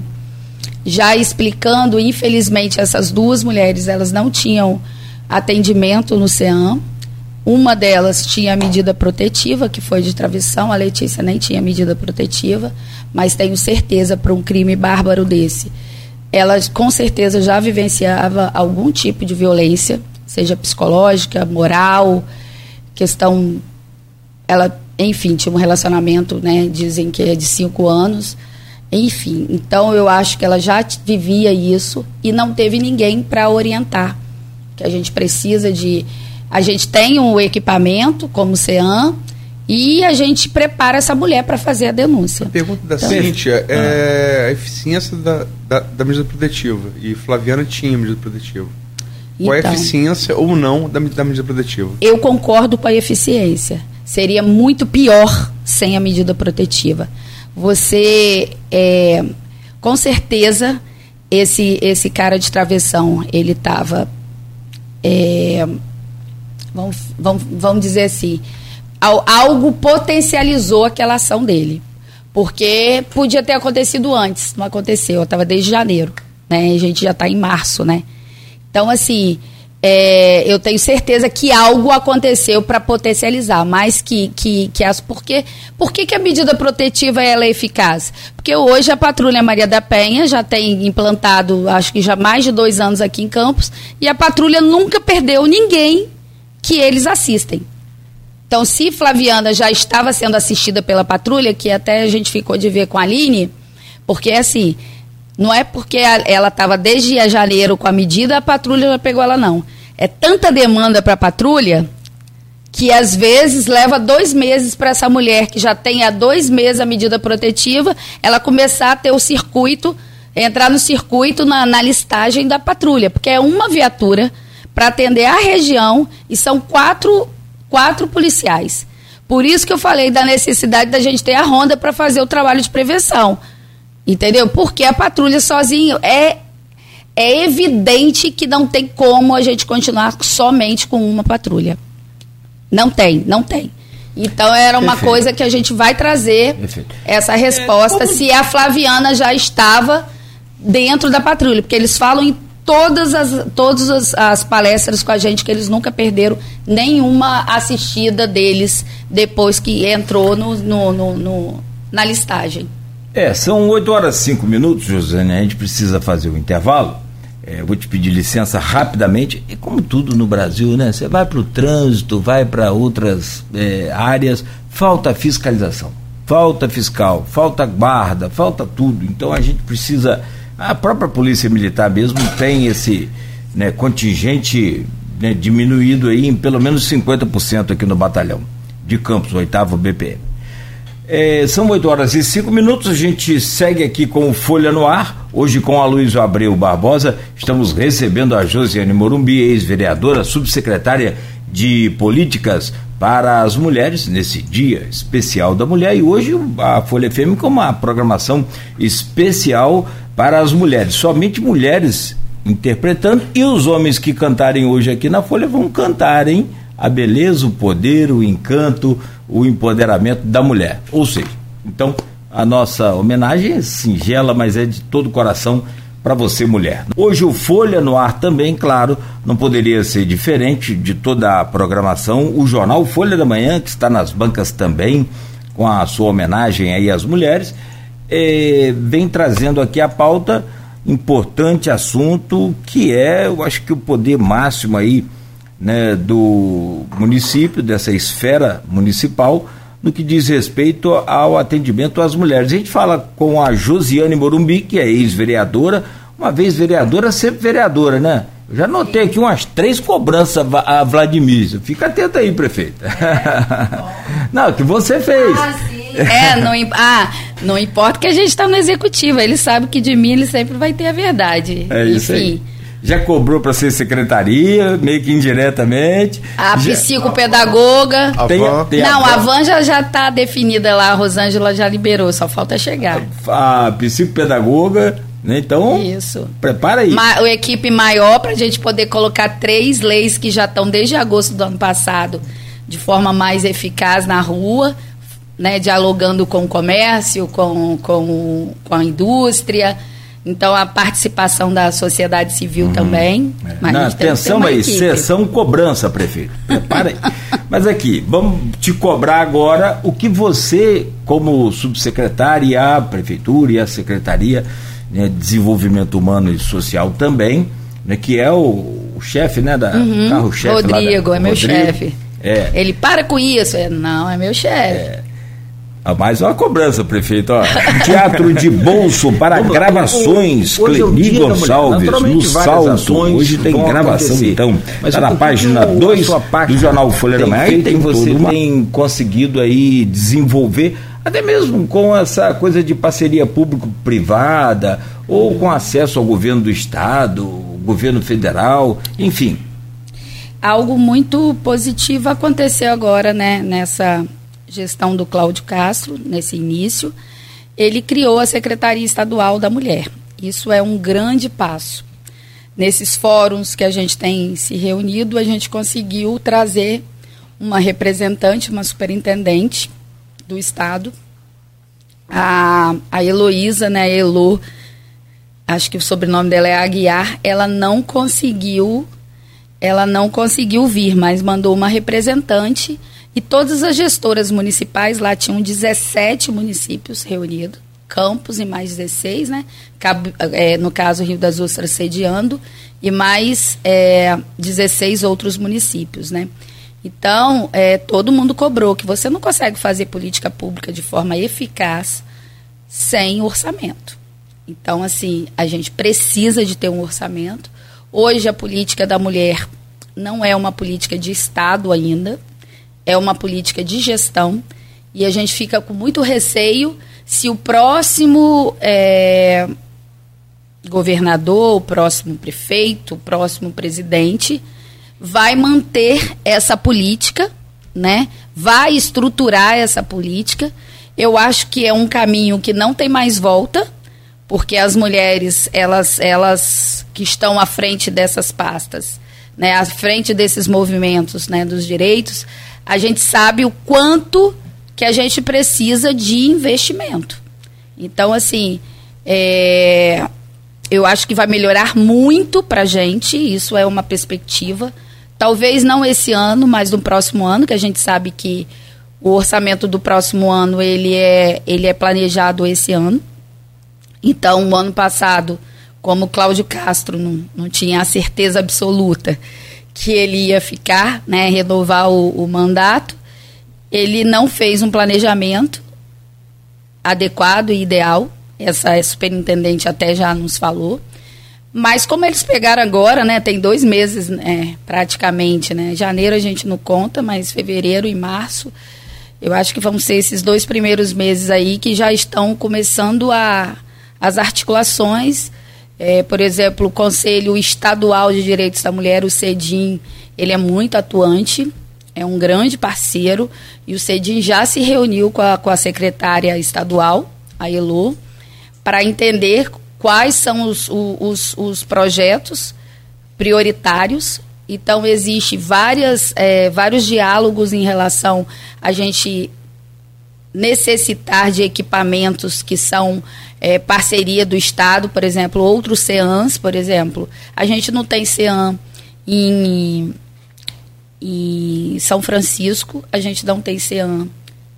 já explicando, infelizmente, essas 2 mulheres, elas não tinham atendimento no CEAM. Uma delas tinha medida protetiva, que foi de travessão, a Letícia nem tinha medida protetiva, mas tenho certeza, para um crime bárbaro desse, ela com certeza já vivenciava algum tipo de violência, seja psicológica, moral, questão... Ela, enfim, tinha um relacionamento, né, dizem que é de 5 anos, enfim. Então, eu acho que ela já vivia isso e não teve ninguém para orientar. Que a gente precisa de... A gente tem um equipamento, como o CEAM, e a gente prepara essa mulher para fazer a denúncia. A pergunta da Cíntia é a eficiência da medida protetiva. E Flaviana tinha medida protetiva. Qual é a eficiência ou não da medida protetiva? Eu concordo com a eficiência. Seria muito pior sem a medida protetiva. Você, com certeza, esse cara de travessão, ele estava, vamos dizer assim, algo potencializou aquela ação dele. Porque podia ter acontecido antes, não aconteceu, estava desde janeiro, né? A gente já está em março, né? Então, assim... eu tenho certeza que algo aconteceu para potencializar, mas por que a medida protetiva ela é eficaz? Porque hoje a Patrulha Maria da Penha já tem implantado, acho que já mais de 2 anos aqui em Campos, e a patrulha nunca perdeu ninguém que eles assistem. Então, se Flaviana já estava sendo assistida pela patrulha, que até a gente ficou de ver com a Aline, porque assim, não é porque ela estava desde janeiro com a medida, a patrulha já pegou ela, não. É tanta demanda para a patrulha que às vezes leva 2 meses para essa mulher que já tem há 2 meses a medida protetiva, ela começar a ter o circuito, entrar no circuito na listagem da patrulha, porque é uma viatura para atender a região e são 4 policiais. Por isso que eu falei da necessidade da gente ter a ronda para fazer o trabalho de prevenção. Entendeu? Porque a patrulha sozinho é evidente que não tem como a gente continuar somente com uma patrulha. Não tem. Então era uma coisa que a gente vai trazer essa resposta se a Flaviana já estava dentro da patrulha, porque eles falam em todas as palestras com a gente que eles nunca perderam nenhuma assistida deles depois que entrou na listagem. São 8h05, Josiane, a gente precisa fazer o intervalo. Vou te pedir licença rapidamente. E como tudo no Brasil, né? Você vai para o trânsito, vai para outras áreas, falta fiscalização, falta fiscal, falta guarda, falta tudo. Então a gente precisa. A própria Polícia Militar mesmo tem esse contingente diminuído aí em pelo menos 50% aqui no batalhão de Campos, 8º BPM. São 8h05, a gente segue aqui com o Folha no Ar, hoje com a Aloysio Abreu Barbosa. Estamos recebendo a Josiane Morumbi, ex-vereadora, subsecretária de Políticas para as Mulheres, nesse Dia Especial da Mulher, e hoje a Folha FM com uma programação especial para as mulheres, somente mulheres interpretando, e os homens que cantarem hoje aqui na Folha vão cantar, hein? A beleza, o poder, o encanto, o empoderamento da mulher. Ou seja, então a nossa homenagem é singela, mas é de todo o coração para você, mulher. Hoje o Folha no Ar também, claro, não poderia ser diferente de toda a programação. O jornal Folha da Manhã, que está nas bancas também, com a sua homenagem aí às mulheres, vem trazendo aqui a pauta, importante assunto, que eu acho que o poder máximo aí, do município, dessa esfera municipal, no que diz respeito ao atendimento às mulheres. A gente fala com a Josiane Morumbi, que é ex-vereadora, uma vez vereadora, sempre vereadora, né? Eu já notei aqui umas 3 cobranças a Vladimir. Fica atento aí, prefeita. Não, que você fez. Sim. Não importa que a gente está no executivo, ele sabe que de mim ele sempre vai ter a verdade. Isso aí. Já cobrou para ser secretaria, meio que indiretamente. A psicopedagoga. A Van já está definida lá, a Rosângela já liberou, só falta chegar. A psicopedagoga, né? Então, isso. Prepara aí. Uma equipe maior para a gente poder colocar 3 leis que já estão desde agosto do ano passado de forma mais eficaz na rua, dialogando com o comércio, com a indústria. Então, a participação da sociedade civil também. Mas atenção aí, sessão cobrança, prefeito. Prepara aí. Mas aqui, vamos te cobrar agora o que você, como subsecretária, a prefeitura e a Secretaria de Desenvolvimento Humano e Social também, que é o chefe, da carro-chefe. Rodrigo, é meu chefe. Ele para com isso. Não, é meu chefe. Mais uma cobrança, prefeito. Teatro de bolso para gravações, Cleni Gonçalves, no Salto. Hoje tem gravação, então. Está na página 2 do jornal Folha da Manhã. E você tem conseguido aí desenvolver, até mesmo com essa coisa de parceria público-privada, ou com acesso ao governo do estado, governo federal, enfim. Algo muito positivo aconteceu agora, nessa gestão do Cláudio Castro, nesse início. Ele criou a Secretaria Estadual da Mulher. Isso é um grande passo. Nesses fóruns que a gente tem se reunido, a gente conseguiu trazer uma representante, uma superintendente do estado, a Heloísa, Elo, acho que o sobrenome dela é Aguiar. Ela não conseguiu vir, mas mandou uma representante. E todas as gestoras municipais, lá tinham 17 municípios reunidos, Campos e mais 16, no caso Rio das Ostras sediando, e mais 16 outros municípios, Então, todo mundo cobrou que você não consegue fazer política pública de forma eficaz sem orçamento. Então, assim, a gente precisa de ter um orçamento. Hoje a política da mulher não é uma política de Estado ainda, é uma política de gestão, e a gente fica com muito receio se o próximo governador, o próximo prefeito, o próximo presidente vai manter essa política, vai estruturar essa política. Eu acho que é um caminho que não tem mais volta, porque as mulheres, elas que estão à frente dessas pastas, né, à frente desses movimentos, né, dos direitos, a gente sabe o quanto que a gente precisa de investimento. Então, assim, eu acho que vai melhorar muito para a gente, isso é uma perspectiva. Talvez não esse ano, mas no próximo ano, que a gente sabe que o orçamento do próximo ano ele é planejado esse ano. Então, o ano passado, como o Cláudio Castro não tinha a certeza absoluta que ele ia ficar, né, renovar o mandato, ele não fez um planejamento adequado e ideal. Essa superintendente até já nos falou. Mas como eles pegaram agora, né, tem 2 meses praticamente, né, janeiro a gente não conta, mas fevereiro e março, eu acho que vão ser esses 2 primeiros meses aí que já estão começando as articulações. Por exemplo, o Conselho Estadual de Direitos da Mulher, o CEDIM, ele é muito atuante, é um grande parceiro, e o CEDIM já se reuniu com a secretária estadual, a Elô, para entender quais são os projetos prioritários. Então, existe vários diálogos em relação a gente necessitar de equipamentos que são parceria do Estado, por exemplo, outros CEAMs, por exemplo. A gente não tem CEAM em São Francisco, a gente não tem CEAM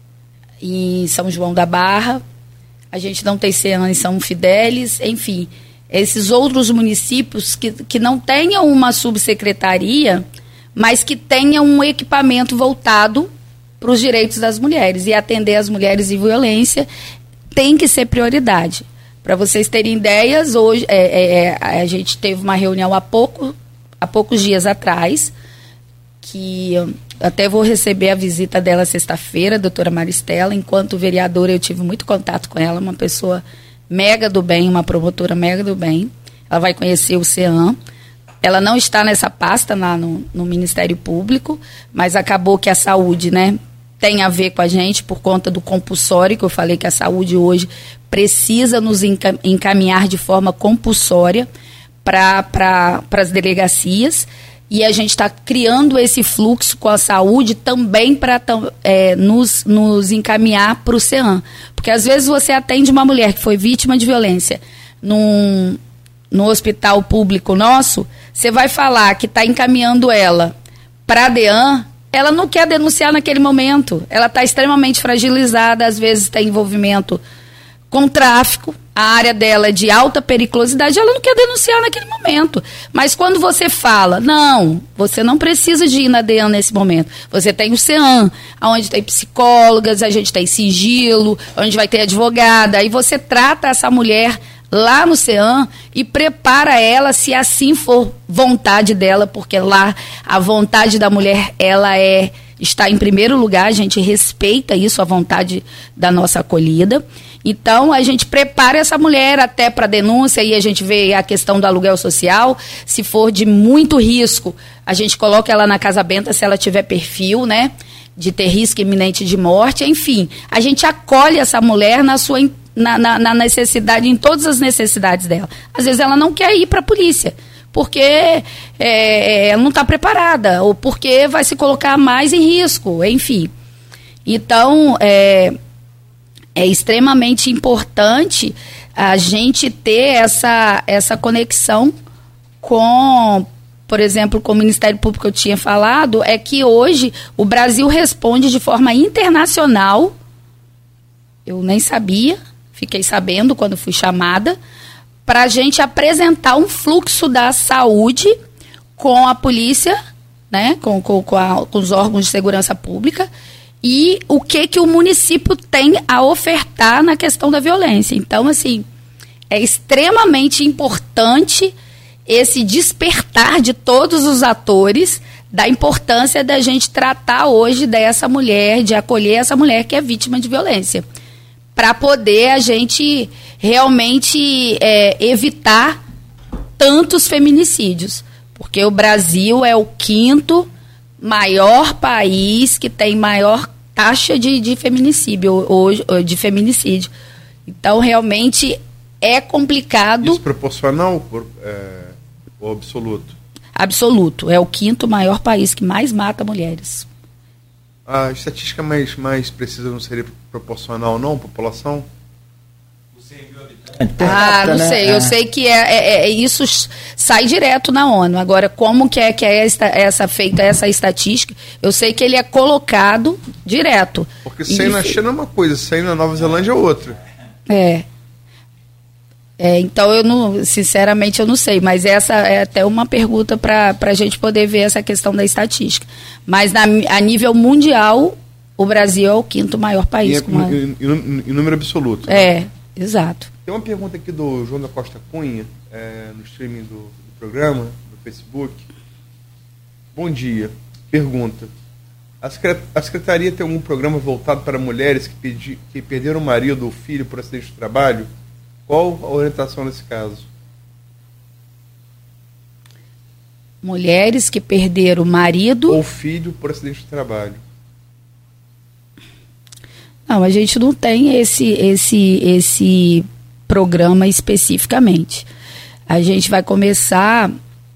em São João da Barra, a gente não tem CEAM em São Fidélis, enfim, esses outros municípios que não tenham uma subsecretaria, mas que tenham um equipamento voltado para os direitos das mulheres, e atender as mulheres em violência tem que ser prioridade. Para vocês terem ideias, hoje a gente teve uma reunião há poucos dias atrás, que até vou receber a visita dela sexta-feira, a doutora Maristela. Enquanto vereadora, eu tive muito contato com ela, uma pessoa mega do bem, uma promotora mega do bem. Ela vai conhecer o CEAM. Ela não está nessa pasta lá no Ministério Público, mas acabou que a saúde, né, tem a ver com a gente por conta do compulsório, que eu falei que a saúde hoje precisa nos encaminhar de forma compulsória para as delegacias. E a gente está criando esse fluxo com a saúde também para nos encaminhar para o CEAM. Porque às vezes você atende uma mulher que foi vítima de violência no hospital público nosso, você vai falar que está encaminhando ela para a DEAN, ela não quer denunciar naquele momento. Ela está extremamente fragilizada, às vezes tem envolvimento com tráfico, a área dela é de alta periculosidade, ela não quer denunciar naquele momento. Mas quando você fala, não, você não precisa de ir na DEAN nesse momento. Você tem o CEAM, onde tem psicólogas, a gente tem sigilo, onde vai ter advogada, aí você trata essa mulher lá no CEAM e prepara ela, se assim for vontade dela, porque lá a vontade da mulher, está em primeiro lugar, a gente respeita isso, a vontade da nossa acolhida. Então, a gente prepara essa mulher até para denúncia, e a gente vê a questão do aluguel social. Se for de muito risco, a gente coloca ela na casa benta, se ela tiver perfil, né, de ter risco iminente de morte. Enfim, a gente acolhe essa mulher na necessidade, em todas as necessidades dela. Às vezes ela não quer ir para a polícia, porque ela não está preparada, ou porque vai se colocar mais em risco, enfim. Então, é extremamente importante a gente ter essa conexão com, por exemplo, com o Ministério Público que eu tinha falado, é que hoje o Brasil responde de forma internacional. Eu nem sabia, fiquei sabendo quando fui chamada, para a gente apresentar um fluxo da saúde com a polícia, né, com os órgãos de segurança pública, e o que o município tem a ofertar na questão da violência. Então, assim, é extremamente importante esse despertar de todos os atores da importância da gente tratar hoje dessa mulher, de acolher essa mulher que é vítima de violência, para poder a gente realmente evitar tantos feminicídios. Porque o Brasil é o 5º maior país que tem maior taxa de feminicídio hoje, de feminicídio. Então, realmente é complicado. Isso proporcional ou absoluto? Absoluto. É o 5º maior país que mais mata mulheres. A estatística mais precisa não seria proporcional, não, população? Não sei. Eu sei que isso sai direto na ONU. Agora, como que é feita essa estatística? Eu sei que ele é colocado direto. Porque 100 na China é uma coisa, 100 na Nova Zelândia é outra. Então, sinceramente, eu não sei. Mas essa é até uma pergunta para a gente poder ver essa questão da estatística. Mas a nível mundial, o Brasil é o 5º maior país. Em número absoluto. Exato. Tem uma pergunta aqui do João da Costa Cunha, no streaming do programa, no Facebook. Bom dia. Pergunta. A Secretaria tem algum programa voltado para mulheres que perderam o marido ou filho por acidente de trabalho? Qual a orientação nesse caso? Mulheres que perderam o marido ou filho por acidente de trabalho. Não, a gente não tem esse programa especificamente. A gente vai começar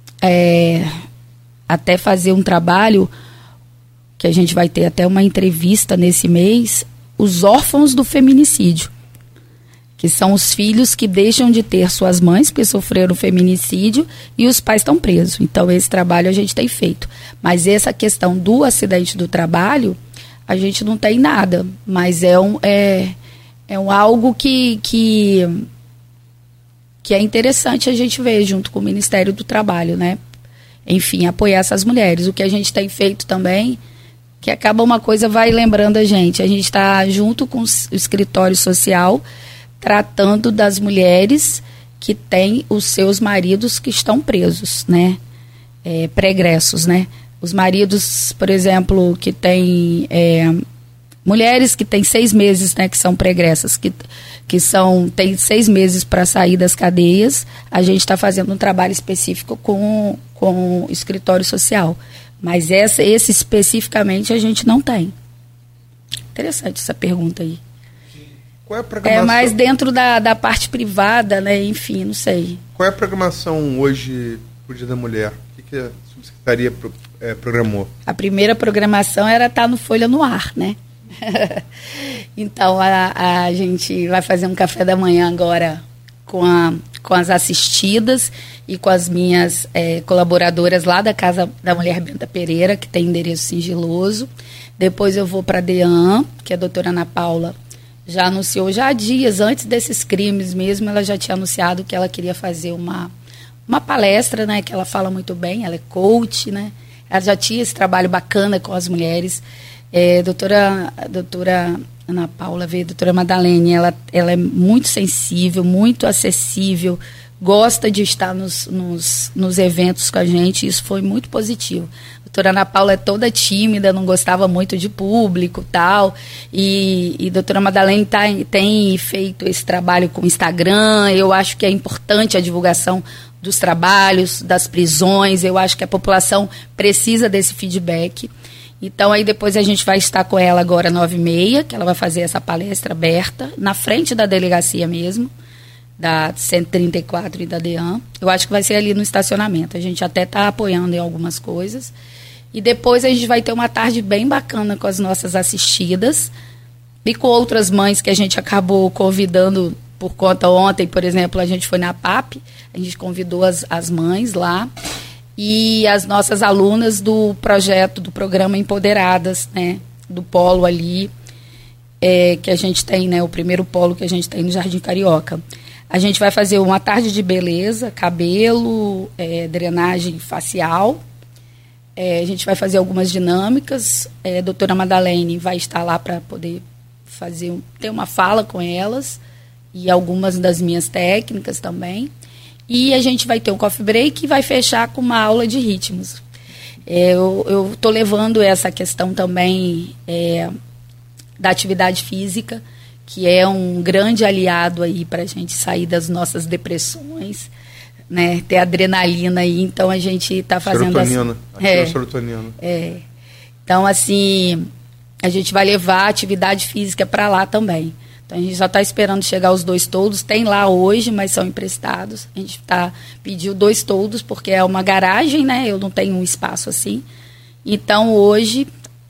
até fazer um trabalho que a gente vai ter até uma entrevista nesse mês, os órfãos do feminicídio, que são os filhos que deixam de ter suas mães porque sofreram feminicídio e os pais estão presos. Então, esse trabalho a gente tem feito. Mas essa questão do acidente do trabalho, a gente não tem nada, mas é algo que é interessante a gente ver junto com o Ministério do Trabalho, né? Enfim, apoiar essas mulheres. O que a gente tem feito também, que acaba uma coisa, vai lembrando a gente está junto com o escritório social, tratando das mulheres que têm os seus maridos que estão presos, né? Pregressos, né? Os maridos, por exemplo, que têm mulheres que têm 6 meses, né, que são pregressas, que têm 6 meses para sair das cadeias, a gente está fazendo um trabalho específico com o escritório social. Mas esse especificamente a gente não tem. Interessante essa pergunta aí. Qual é a programação? Mais dentro da parte privada, né? Enfim, não sei. Qual é a programação hoje pro Dia da Mulher? O que a subsecretaria programou? A primeira programação era estar no Folha no Ar, né? Então, a gente vai fazer um café da manhã agora com as assistidas e com as minhas colaboradoras lá da Casa da Mulher Benta Pereira, que tem endereço sigiloso. Depois eu vou para a DEAN, que a doutora Ana Paula já anunciou, já há dias antes desses crimes mesmo, ela já tinha anunciado que ela queria fazer uma palestra, né, que ela fala muito bem, ela é coach, né, ela já tinha esse trabalho bacana com as mulheres. Doutora Ana Paula, doutora Madalene, ela é muito sensível, muito acessível, gosta de estar nos eventos com a gente, isso foi muito positivo. A doutora Ana Paula é toda tímida, não gostava muito de público tal, e doutora Madalene tem feito esse trabalho com o Instagram. Eu acho que é importante a divulgação dos trabalhos, das prisões, eu acho que a população precisa desse feedback. Então, aí depois a gente vai estar com ela agora 9h30, que ela vai fazer essa palestra aberta, na frente da delegacia mesmo, da 134 e da DEAN. Eu acho que vai ser ali no estacionamento. A gente até está apoiando em algumas coisas. E depois a gente vai ter uma tarde bem bacana com as nossas assistidas e com outras mães que a gente acabou convidando por conta ontem, por exemplo, a gente foi na PAP, a gente convidou as mães lá. E as nossas alunas do projeto, do programa Empoderadas, né, do polo ali, que a gente tem, né, o primeiro polo que a gente tem no Jardim Carioca. A gente vai fazer uma tarde de beleza, cabelo, drenagem facial. A gente vai fazer algumas dinâmicas. A doutora Madalene vai estar lá para poder ter uma fala com elas e algumas das minhas técnicas também. E a gente vai ter um coffee break e vai fechar com uma aula de ritmos. Eu estou levando essa questão também da atividade física, que é um grande aliado aí para a gente sair das nossas depressões, né? Ter adrenalina aí. Então a gente está fazendo serotonina. Serotonina. Então, assim, a gente vai levar a atividade física para lá também. Então, a gente só está esperando chegar os 2 toldos. Tem lá hoje, mas são emprestados. A gente pediu 2 toldos, porque é uma garagem, né? Eu não tenho um espaço assim. Então, hoje,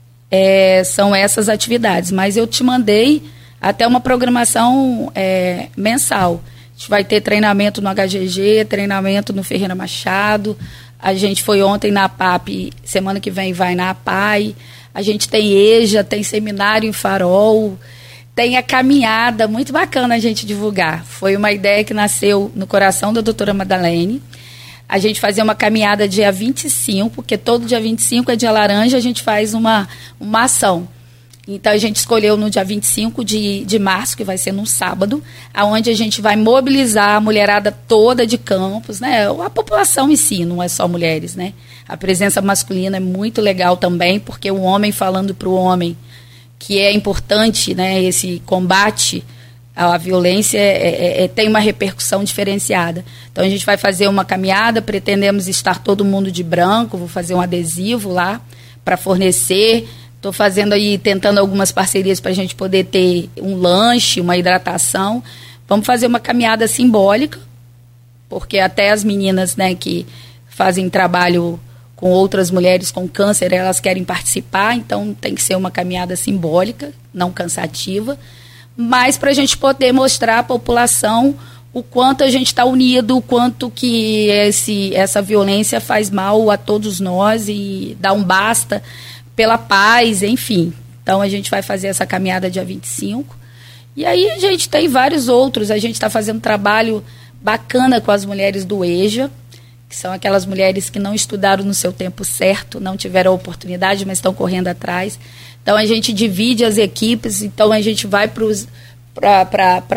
são essas atividades. Mas eu te mandei até uma programação mensal. A gente vai ter treinamento no HGG, treinamento no Ferreira Machado. A gente foi ontem na APAP, semana que vem vai na APAI. A gente tem EJA, tem seminário em Farol, tem a caminhada, muito bacana a gente divulgar. Foi uma ideia que nasceu no coração da doutora Madalene. A gente fazer uma caminhada dia 25, porque todo dia 25 é dia laranja, a gente faz uma ação. Então, a gente escolheu no dia 25 de março, que vai ser num sábado, onde a gente vai mobilizar a mulherada toda de Campos, né? A população em si, não é só mulheres, né? A presença masculina é muito legal também, porque o homem falando para o homem que é importante, né, esse combate à violência tem uma repercussão diferenciada. Então, a gente vai fazer uma caminhada, pretendemos estar todo mundo de branco, vou fazer um adesivo lá para fornecer. Estou fazendo aí, tentando algumas parcerias para a gente poder ter um lanche, uma hidratação. Vamos fazer uma caminhada simbólica, porque até as meninas, né, que fazem trabalho com outras mulheres com câncer, elas querem participar, então tem que ser uma caminhada simbólica, não cansativa, mas para a gente poder mostrar à população o quanto a gente está unido, o quanto que essa violência faz mal a todos nós e dá um basta pela paz, enfim. Então, a gente vai fazer essa caminhada dia 25. E aí, a gente tem vários outros. A gente está fazendo trabalho bacana com as mulheres do EJA, que são aquelas mulheres que não estudaram no seu tempo certo, não tiveram a oportunidade, mas estão correndo atrás. Então, a gente divide as equipes. Então, a gente vai para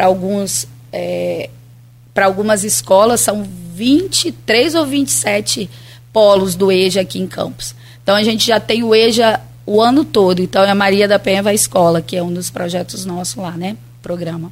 algumas escolas. São 23 ou 27 polos do EJA aqui em Campos. Então, a gente já tem o EJA o ano todo. Então, a Maria da Penha vai à escola, que é um dos projetos nossos lá, né? Programa.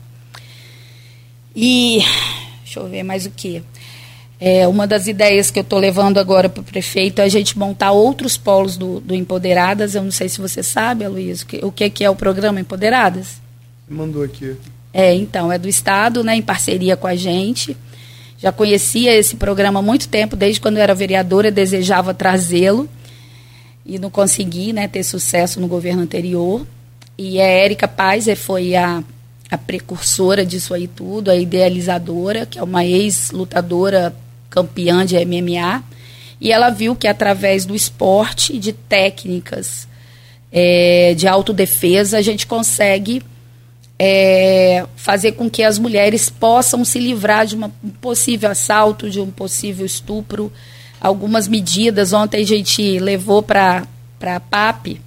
E, deixa eu ver mais o que. Uma das ideias que eu estou levando agora para o prefeito é a gente montar outros polos do Empoderadas. Eu não sei se você sabe, Aloysio, o que é o programa Empoderadas. Você mandou aqui. Então, é do Estado, né? Em parceria com a gente. Já conhecia esse programa há muito tempo, desde quando eu era vereadora, desejava trazê-lo. E não consegui, né, ter sucesso no governo anterior. E a Érica Paz foi a precursora disso aí tudo, a idealizadora, que é uma ex-lutadora campeã de MMA. E ela viu que através do esporte, de técnicas de autodefesa, a gente consegue fazer com que as mulheres possam se livrar de um possível assalto, de um possível estupro. Algumas medidas, ontem a gente levou para a PAP,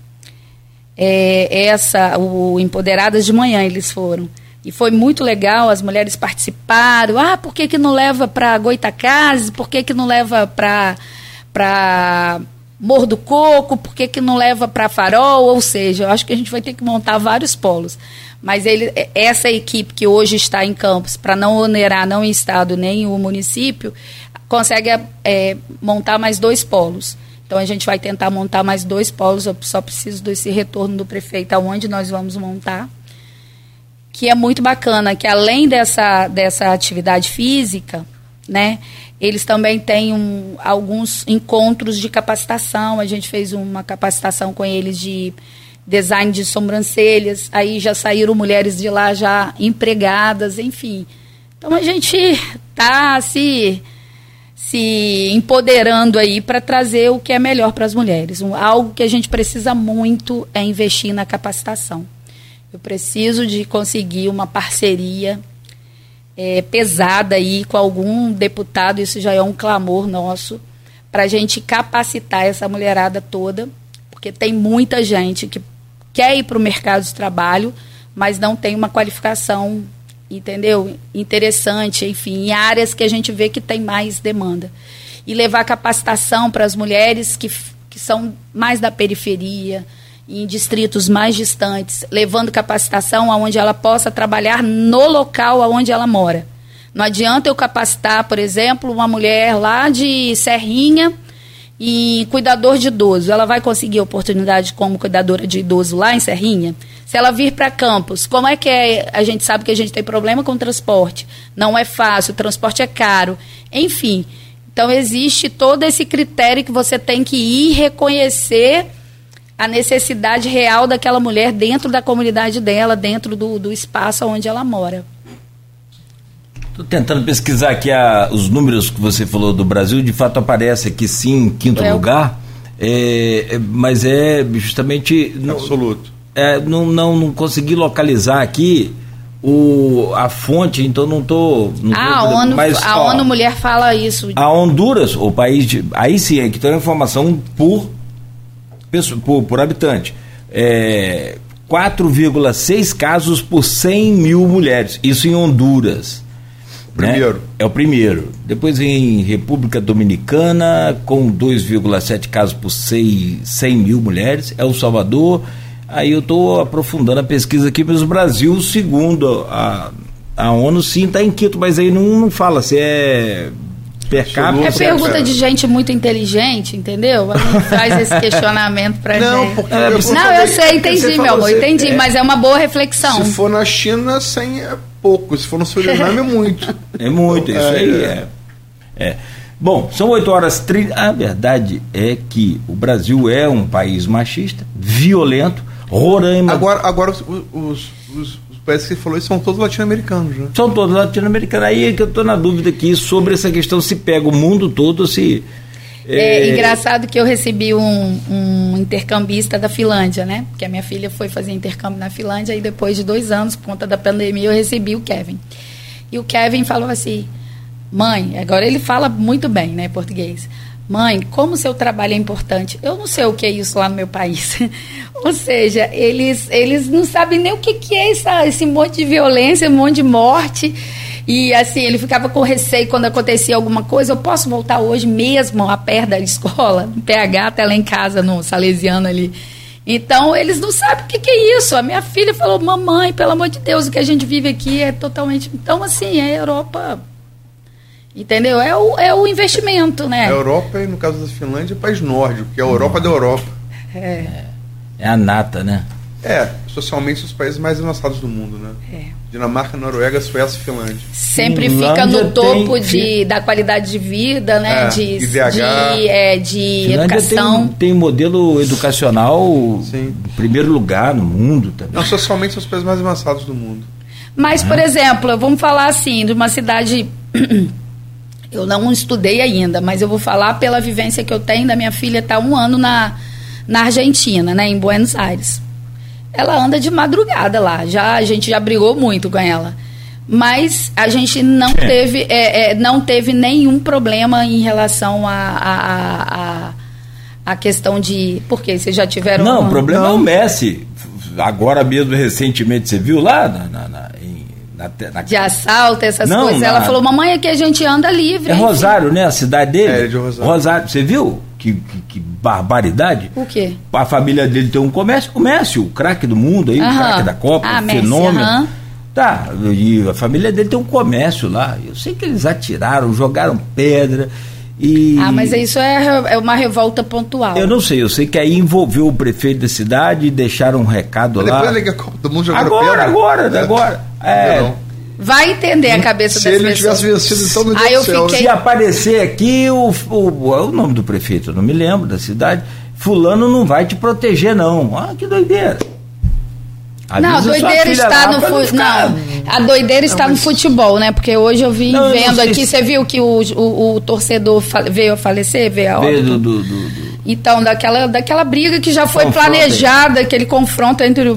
o Empoderadas de manhã eles foram. E foi muito legal, as mulheres participaram. Por que não leva para Goitacazes? Por que não leva para Morro do Coco? Por que não leva para Farol? Ou seja, eu acho que a gente vai ter que montar vários polos. Mas essa equipe que hoje está em Campos, para não onerar não o Estado nem o município, consegue montar mais 2 polos. Então, a gente vai tentar montar mais 2 polos. Eu só preciso desse retorno do prefeito aonde nós vamos montar. Que é muito bacana, que além dessa atividade física, né, eles também têm alguns encontros de capacitação. A gente fez uma capacitação com eles de design de sobrancelhas. Aí já saíram mulheres de lá já empregadas, enfim. Então, a gente está se empoderando aí para trazer o que é melhor para as mulheres. Algo que a gente precisa muito é investir na capacitação. Eu preciso de conseguir uma parceria pesada aí com algum deputado, isso já é um clamor nosso, para a gente capacitar essa mulherada toda, porque tem muita gente que quer ir para o mercado de trabalho, mas não tem uma qualificação, entendeu? Interessante, enfim, em áreas que a gente vê que tem mais demanda. E levar capacitação para as mulheres que são mais da periferia, em distritos mais distantes, levando capacitação aonde ela possa trabalhar no local aonde ela mora. Não adianta eu capacitar, por exemplo, uma mulher lá de Serrinha em cuidador de idoso, ela vai conseguir oportunidade como cuidadora de idoso lá em Serrinha? Se ela vir para Campos, como é que é? A gente sabe que a gente tem problema com o transporte. Não é fácil, o transporte é caro. Enfim, então existe todo esse critério que você tem que ir reconhecer a necessidade real daquela mulher dentro da comunidade dela, dentro do espaço onde ela mora. Estou tentando pesquisar aqui os números que você falou do Brasil, de fato aparece aqui sim em quinto lugar, mas é justamente... Absoluto. Não consegui localizar aqui a fonte, então não estou... A ONU Mulher fala isso. A Honduras, o país... aí sim, é que tem a informação por habitante. 4,6 casos por 100 mil mulheres. Isso em Honduras. Primeiro. Né? É o primeiro. Depois em República Dominicana, com 2,7 casos por 100 mil mulheres. El Salvador. Aí eu estou aprofundando a pesquisa aqui, mas o Brasil, segundo a ONU, sim, está em quinto, mas aí não fala se é per capita. É pergunta de gente muito inteligente, entendeu? Ela não traz esse questionamento para gente. Eu sei, entendi, meu amor, entendi, mas é uma boa reflexão. Se for na China, 100 é pouco, se for no Suriname é muito. É muito, isso aí é. Bom, são 8h30. A verdade é que o Brasil é um país machista, violento. Roraima. Agora os países que você falou são todos latino-americanos, né? São todos latino-americanos. Aí é que eu estou na dúvida aqui sobre essa questão, se pega o mundo todo ou se... É engraçado que eu recebi um intercambista da Finlândia, né? Porque a minha filha foi fazer intercâmbio na Finlândia e depois de 2 anos, por conta da pandemia, eu recebi o Kevin. E o Kevin falou assim, mãe, agora ele fala muito bem, né, português. Mãe, como o seu trabalho é importante. Eu não sei o que é isso lá no meu país. Ou seja, eles não sabem nem o que é esse monte de violência, um monte de morte. E assim, ele ficava com receio quando acontecia alguma coisa. Eu posso voltar hoje mesmo a pé da escola, no PH, até lá em casa, no Salesiano ali. Então, eles não sabem o que é isso. A minha filha falou, mamãe, pelo amor de Deus, o que a gente vive aqui é totalmente... Então, assim, a Europa... Entendeu? É o investimento, né? A Europa, no caso da Finlândia, é país nórdico, que é a Europa da Europa. É a nata, né? Socialmente os países mais avançados do mundo, né? Dinamarca, Noruega, Suécia e Finlândia. Sempre fica no topo da qualidade de vida, né? De educação. Tem modelo educacional em primeiro lugar no mundo também. Não, socialmente são os países mais avançados do mundo. Mas, por exemplo, vamos falar assim, de uma cidade... Eu não estudei ainda, mas eu vou falar pela vivência que eu tenho da minha filha, está 1 ano na Argentina, né, em Buenos Aires. Ela anda de madrugada lá, a gente já brigou muito com ela. Mas a gente não teve nenhum problema em relação a questão de... Por quê? Vocês já tiveram... Não, o problema é o Messi. Agora mesmo, recentemente, você viu lá de assalto, essas coisas. Ela falou, mamãe, aqui a gente anda livre. É Rosário, né? A cidade dele? É de Rosário. Você viu? Que barbaridade. O quê? A família dele tem um comércio. O Messi, o craque do mundo aí, o craque da Copa, o fenômeno. Tá, e a família dele tem um comércio lá. Eu sei que eles atiraram, jogaram pedra. Mas isso é uma revolta pontual. Eu não sei, eu sei que aí envolveu o prefeito da cidade e deixaram um recado lá. Depois liga a Copa do Mundo jogando pedra. Agora. Vai entender a cabeça das pessoas. Se ele tivesse vencido, então não deu céu. Se aparecer aqui o nome do prefeito, eu não me lembro da cidade, fulano não vai te proteger não. Que doideira. A doideira está no a doideira está no futebol, né? Porque hoje eu vim vendo aqui, você viu que o torcedor veio a falecer, veio a óbito. Então, daquela briga que já foi planejada, aquele confronto entre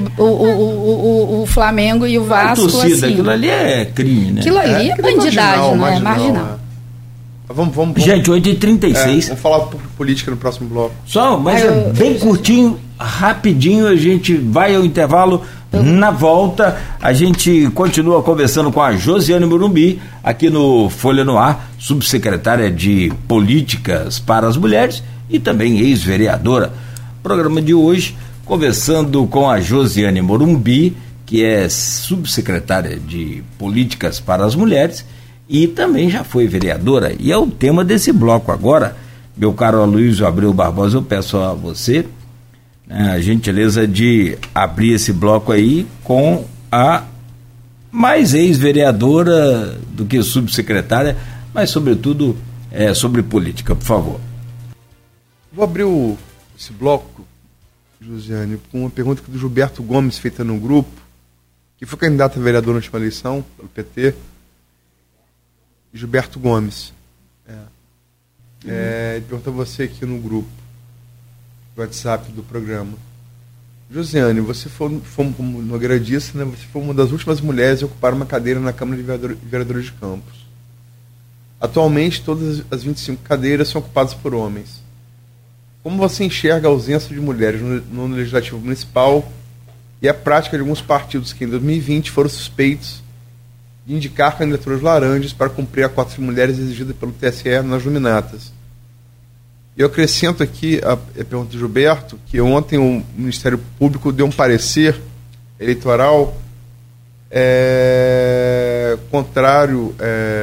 o Flamengo e o Vasco. Torcida, assim. Aquilo ali é crime, né? Aquilo ali é bandidagem, né? Marginal. Vamos. Gente, 8h36. Vamos falar política no próximo bloco. Mas é bem curtinho, rapidinho, a gente vai ao intervalo. Na volta, a gente continua conversando com a Josiane Morumbi, aqui no Folha no Ar, subsecretária de Políticas para as Mulheres e também ex-vereadora. Programa de hoje, conversando com a Josiane Morumbi, que é subsecretária de Políticas para as Mulheres e também já foi vereadora. E é o tema desse bloco agora, meu caro Aloysio Abreu Barbosa, eu peço a você a gentileza de abrir esse bloco aí com a mais ex-vereadora do que subsecretária, mas sobretudo sobre política, por favor. Vou abrir esse bloco, Josiane, com uma pergunta do Gilberto Gomes, feita no grupo, que foi candidato a vereador na última eleição, pelo PT. Gilberto Gomes. Ele pergunta a você aqui no grupo, do WhatsApp do programa. Josiane, você foi, como o Nogueira disse, né, você foi uma das últimas mulheres a ocupar uma cadeira na Câmara de Vereadores de Campos. Atualmente, todas as 25 cadeiras são ocupadas por homens. Como você enxerga a ausência de mulheres no Legislativo Municipal e a prática de alguns partidos que em 2020 foram suspeitos de indicar candidaturas laranjas para cumprir a cota de mulheres exigida pelo TSE nas nominatas? Eu acrescento aqui a pergunta de Gilberto, que ontem o Ministério Público deu um parecer eleitoral contrário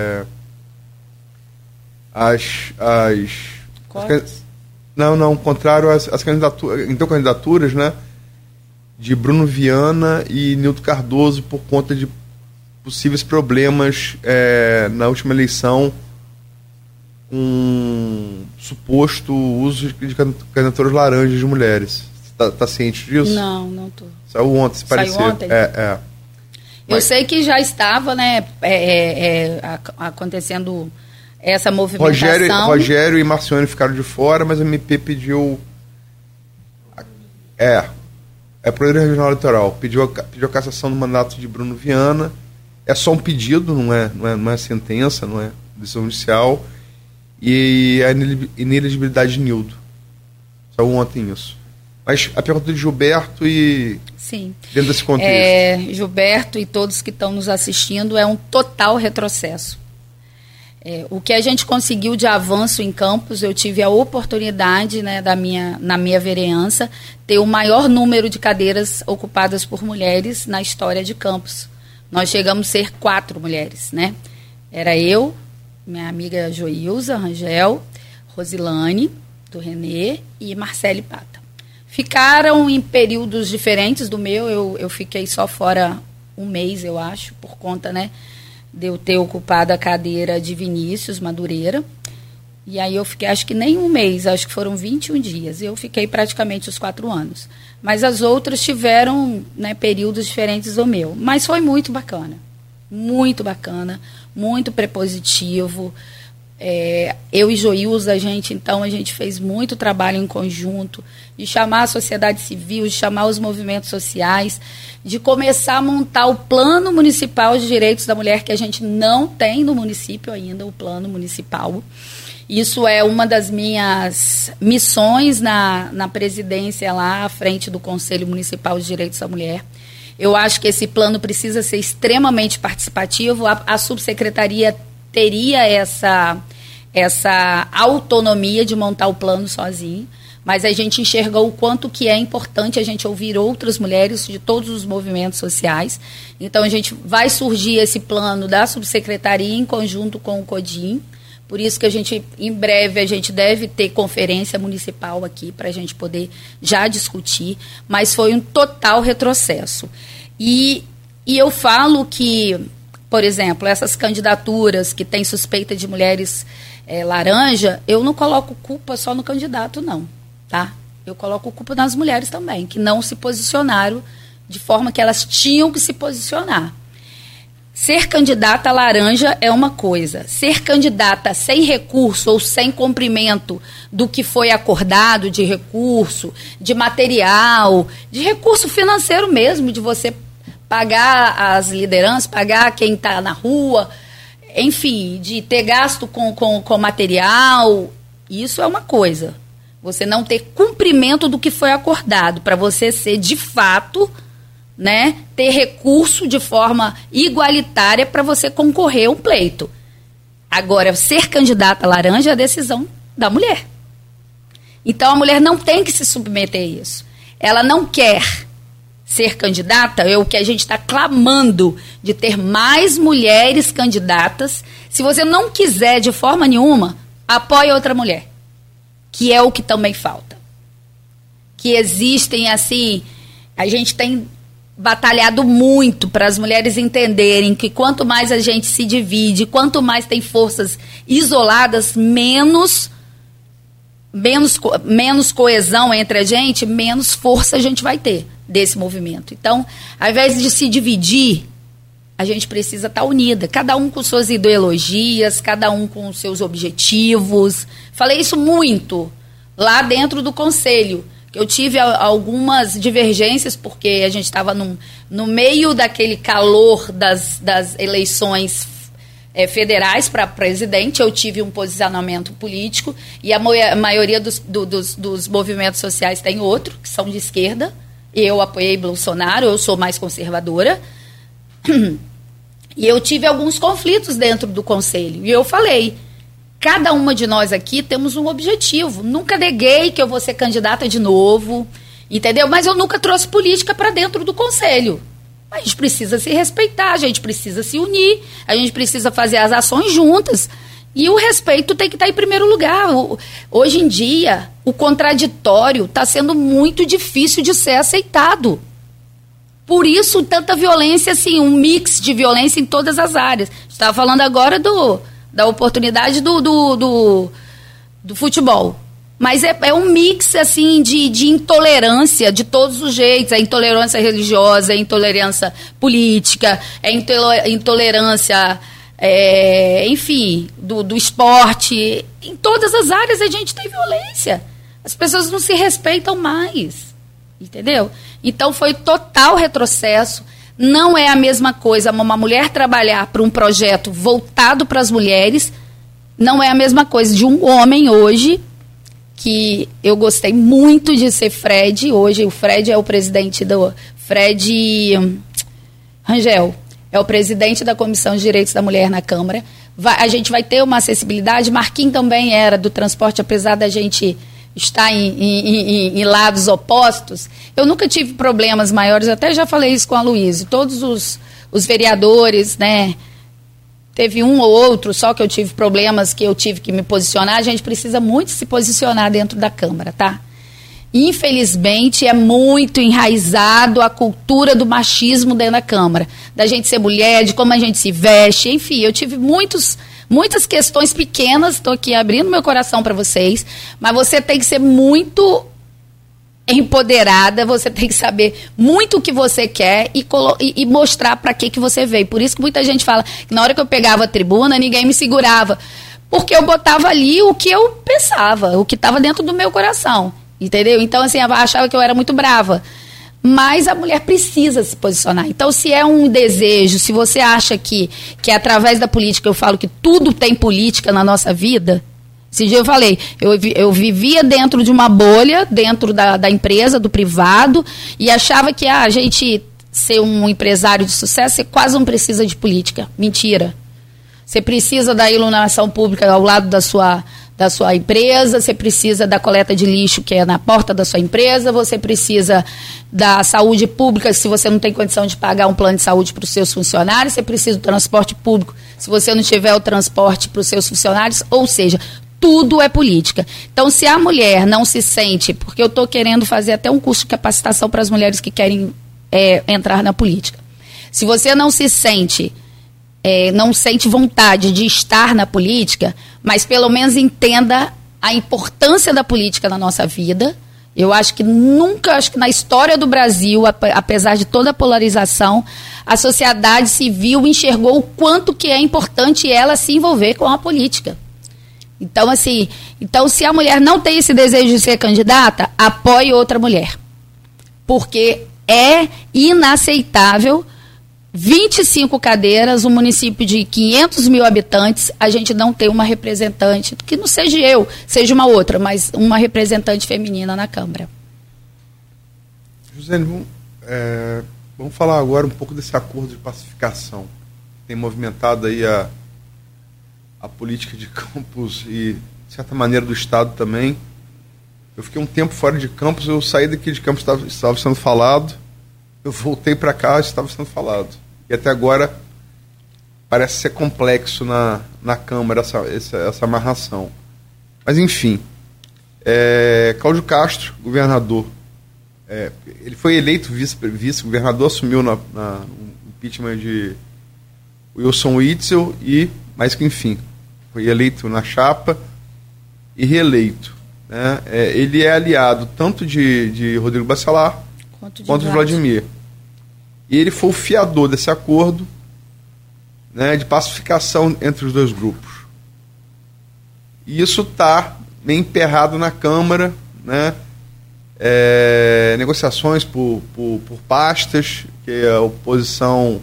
contrário às candidaturas, né, de Bruno Viana e Nilton Cardoso por conta de possíveis problemas na última eleição com suposto uso de candidaturas laranjas de mulheres. Tá ciente disso? Não tô. Saiu ontem, se parecer. Saiu ontem? Eu sei que já estava, né, acontecendo essa movimentação. Rogério e Marcione ficaram de fora, mas a MP pediu Poder Regional Eleitoral pediu a cassação do mandato de Bruno Viana. É só um pedido, não é sentença, não é decisão judicial, e a inelegibilidade de Nildo. Saiu ontem isso. Mas a pergunta de Gilberto e... Sim. Dentro desse contexto. Gilberto e todos que estão nos assistindo, é um total retrocesso. O que a gente conseguiu de avanço em Campos, eu tive a oportunidade, né, na minha vereança, ter o maior número de cadeiras ocupadas por mulheres na história de Campos. Nós chegamos a ser 4 mulheres, né? Era eu, minha amiga Joilza Rangel, Rosilane, do Renê, e Marcele Pata. Ficaram em períodos diferentes do meu, eu fiquei só fora um mês, eu acho, por conta, né, de eu ter ocupado a cadeira de Vinícius Madureira. E aí eu fiquei, acho que nem um mês, acho que foram 21 dias. Eu fiquei praticamente os 4 anos. Mas as outras tiveram, né, períodos diferentes do meu. Mas foi muito bacana, muito prepositivo. Eu e Joilza, a gente fez muito trabalho em conjunto, de chamar a sociedade civil, de chamar os movimentos sociais, de começar a montar o Plano Municipal de Direitos da Mulher, que a gente não tem no município ainda, o Plano Municipal. Isso é uma das minhas missões na presidência lá à frente do Conselho Municipal de Direitos da Mulher. Eu acho que esse plano precisa ser extremamente participativo. A subsecretaria teria essa autonomia de montar o plano sozinho, mas a gente enxergou o quanto que é importante a gente ouvir outras mulheres de todos os movimentos sociais. Então, vai surgir esse plano da subsecretaria em conjunto com o CODIM. Por isso que em breve, a gente deve ter conferência municipal aqui para a gente poder já discutir, mas foi um total retrocesso. E eu falo que, por exemplo, essas candidaturas que têm suspeita de mulheres laranja, eu não coloco culpa só no candidato, não, tá? Eu coloco culpa nas mulheres também, que não se posicionaram de forma que elas tinham que se posicionar. Ser candidata laranja é uma coisa. Ser candidata sem recurso ou sem cumprimento do que foi acordado de recurso, de material, de recurso financeiro mesmo, de você pagar as lideranças, pagar quem está na rua, enfim, de ter gasto com material, isso é uma coisa. Você não ter cumprimento do que foi acordado, para você ser, de fato, né, ter recurso de forma igualitária para você concorrer a um pleito. Agora, ser candidata laranja é a decisão da mulher. Então, a mulher não tem que se submeter a isso. Ela não quer ser candidata, é o que a gente está clamando, de ter mais mulheres candidatas. Se você não quiser de forma nenhuma, apoie outra mulher. que é o que também falta. Que existem, assim, a gente tem batalhado muito para as mulheres entenderem que quanto mais a gente se divide, quanto mais tem forças isoladas, menos coesão entre a gente, menos força a gente vai ter desse movimento. Então, ao invés de se dividir, a gente precisa estar unida, cada um com suas ideologias, cada um com seus objetivos. Falei isso muito lá dentro do conselho, que eu tive algumas divergências, porque a gente estava no meio daquele calor das eleições federais para presidente. Eu tive um posicionamento político e a maioria dos movimentos sociais tem outro, que são de esquerda. Eu apoiei Bolsonaro, eu sou mais conservadora. E eu tive alguns conflitos dentro do conselho. E eu falei, cada uma de nós aqui temos um objetivo. Nunca neguei que eu vou ser candidata de novo, entendeu? Mas eu nunca trouxe política para dentro do conselho. A gente precisa se respeitar, a gente precisa se unir, a gente precisa fazer as ações juntas. E o respeito tem que estar em primeiro lugar. Hoje em dia, o contraditório está sendo muito difícil de ser aceitado. Por isso, tanta violência, assim, um mix de violência em todas as áreas. Estava falando agora da oportunidade do futebol. Mas é um mix, assim, de intolerância de todos os jeitos. É intolerância religiosa, é intolerância política, é intolerância, enfim, do esporte. Em todas as áreas a gente tem violência. As pessoas não se respeitam mais, entendeu? Então foi total retrocesso. Não é a mesma coisa uma mulher trabalhar para um projeto voltado para as mulheres. Não é a mesma coisa de um homem hoje, que eu gostei muito de ser Fred. Hoje o Fred é o presidente do... Fred Rangel é o presidente da Comissão de Direitos da Mulher na Câmara. A gente vai ter uma acessibilidade. Marquinhos também era do transporte, apesar da gente estar em lados opostos. Eu nunca tive problemas maiores, eu até já falei isso com a Luísa. Todos os vereadores, né? Teve um ou outro só que eu tive problemas, que eu tive que me posicionar. A gente precisa muito se posicionar dentro da Câmara, tá? Infelizmente, é muito enraizado a cultura do machismo dentro da Câmara. Da gente ser mulher, de como a gente se veste, enfim. Eu tive muitas questões pequenas, estou aqui abrindo meu coração para vocês, mas você tem que ser muito empoderada, você tem que saber muito o que você quer e mostrar para que você veio. Por isso que muita gente fala que na hora que eu pegava a tribuna, ninguém me segurava, porque eu botava ali o que eu pensava, o que estava dentro do meu coração, entendeu? Então, assim, eu achava que eu era muito brava. Mas a mulher precisa se posicionar. Então, se é um desejo, se você acha que através da política, eu falo que tudo tem política na nossa vida. Esse dia eu falei, eu vivia dentro de uma bolha, dentro da empresa, do privado, e achava que a gente ser um empresário de sucesso, você quase não precisa de política. Mentira. Você precisa da iluminação pública ao lado da sua empresa, você precisa da coleta de lixo que é na porta da sua empresa, você precisa da saúde pública se você não tem condição de pagar um plano de saúde para os seus funcionários, você precisa do transporte público se você não tiver o transporte para os seus funcionários, ou seja, tudo é política. Então, se a mulher não se sente, porque eu estou querendo fazer até um curso de capacitação para as mulheres que querem entrar na política. Se você não se sente... não sente vontade de estar na política, mas pelo menos entenda a importância da política na nossa vida. Eu acho que na história do Brasil, apesar de toda a polarização, a sociedade civil enxergou o quanto que é importante ela se envolver com a política. Então, assim, se a mulher não tem esse desejo de ser candidata, apoie outra mulher. Porque é inaceitável 25 cadeiras, um município de 500 mil habitantes, a gente não tem uma representante, que não seja eu, seja uma outra, mas uma representante feminina na Câmara. José, vamos falar agora um pouco desse acordo de pacificação. Tem movimentado aí a política de Campos e, de certa maneira, do Estado também. Eu fiquei um tempo fora de Campos, eu saí daqui de Campos, estava sendo falado. Eu voltei para cá, estava sendo falado. E até agora parece ser complexo na Câmara essa amarração. Mas, enfim, Cláudio Castro, governador. Ele foi eleito vice-governador, assumiu no impeachment de Wilson Witzel, mas que, enfim, foi eleito na chapa e reeleito. Né? Ele é aliado tanto de Rodrigo Bacelar quanto de Vladimir. E ele foi o fiador desse acordo, né, de pacificação entre os dois grupos. E isso está meio emperrado na Câmara, né? Negociações por pastas, que a oposição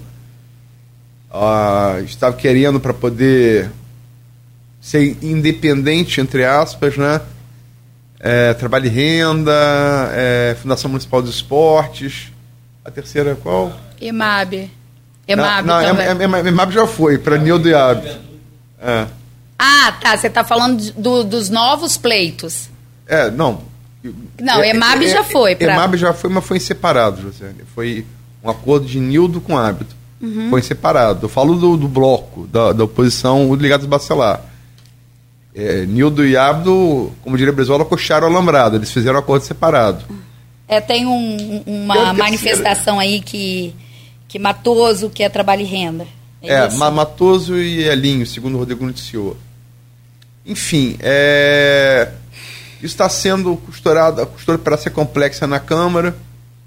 estava querendo para poder ser independente, entre aspas, né? Trabalho e Renda, Fundação Municipal dos Esportes. A terceira é qual? EMAB. EMAB já foi, para Nildo e Ab. Tá, você está falando dos novos pleitos. Não, EMAB já foi. EMAB já foi, mas foi em separado, Josiane. Foi um acordo de Nildo com Hábito. Foi em separado. Eu falo do bloco, da oposição ligados a Bacelar. Nildo e Hábito, como diria Brizola, coxaram o alambrado. Eles fizeram um acordo separado. Tem uma manifestação aí que Matoso quer Trabalho e Renda. Matoso e Elinho, segundo o Rodrigo noticiou. Enfim, isso está sendo costurado, a costura para ser complexa na Câmara.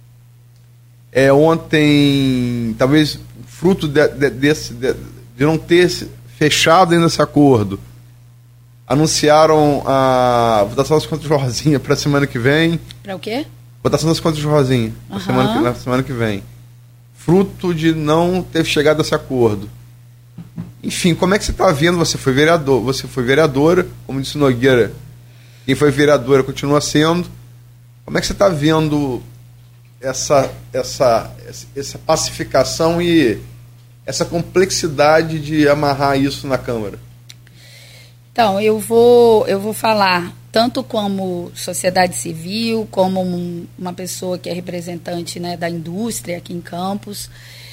Ontem, talvez fruto de não ter fechado ainda esse acordo, anunciaram a votação das contas de Rosinha para a semana que vem. Para o quê? Votação das contas de Rosinha na semana que vem. Fruto de não ter chegado a esse acordo. Enfim, como é que você está vendo? Você foi vereadora, como disse Nogueira, quem foi vereadora continua sendo. Como é que você está vendo essa pacificação e essa complexidade de amarrar isso na Câmara? Então, eu vou falar tanto como sociedade civil, como uma pessoa que é representante, né, da indústria aqui em Campos,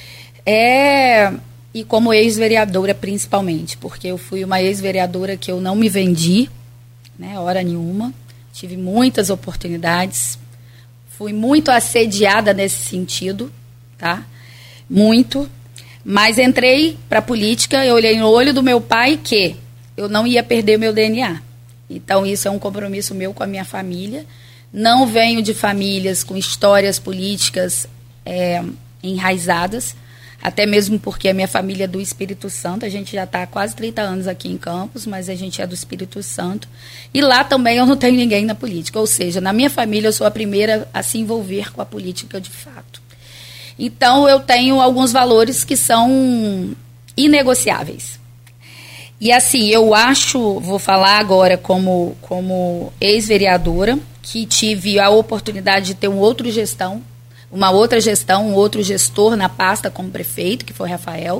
e como ex-vereadora principalmente, porque eu fui uma ex-vereadora que eu não me vendi, né, hora nenhuma, tive muitas oportunidades, fui muito assediada nesse sentido, tá? Muito, mas entrei para a política, eu olhei no olho do meu pai que eu não ia perder meu DNA. Então, isso é um compromisso meu com a minha família. Não venho de famílias com histórias políticas enraizadas, até mesmo porque a minha família é do Espírito Santo. A gente já está há quase 30 anos aqui em Campos, mas a gente é do Espírito Santo. E lá também eu não tenho ninguém na política. Ou seja, na minha família eu sou a primeira a se envolver com a política de fato. Então, eu tenho alguns valores que são inegociáveis. E assim, eu acho, vou falar agora como ex-vereadora, que tive a oportunidade de ter uma outra gestão, um outro gestor na pasta como prefeito, que foi Rafael,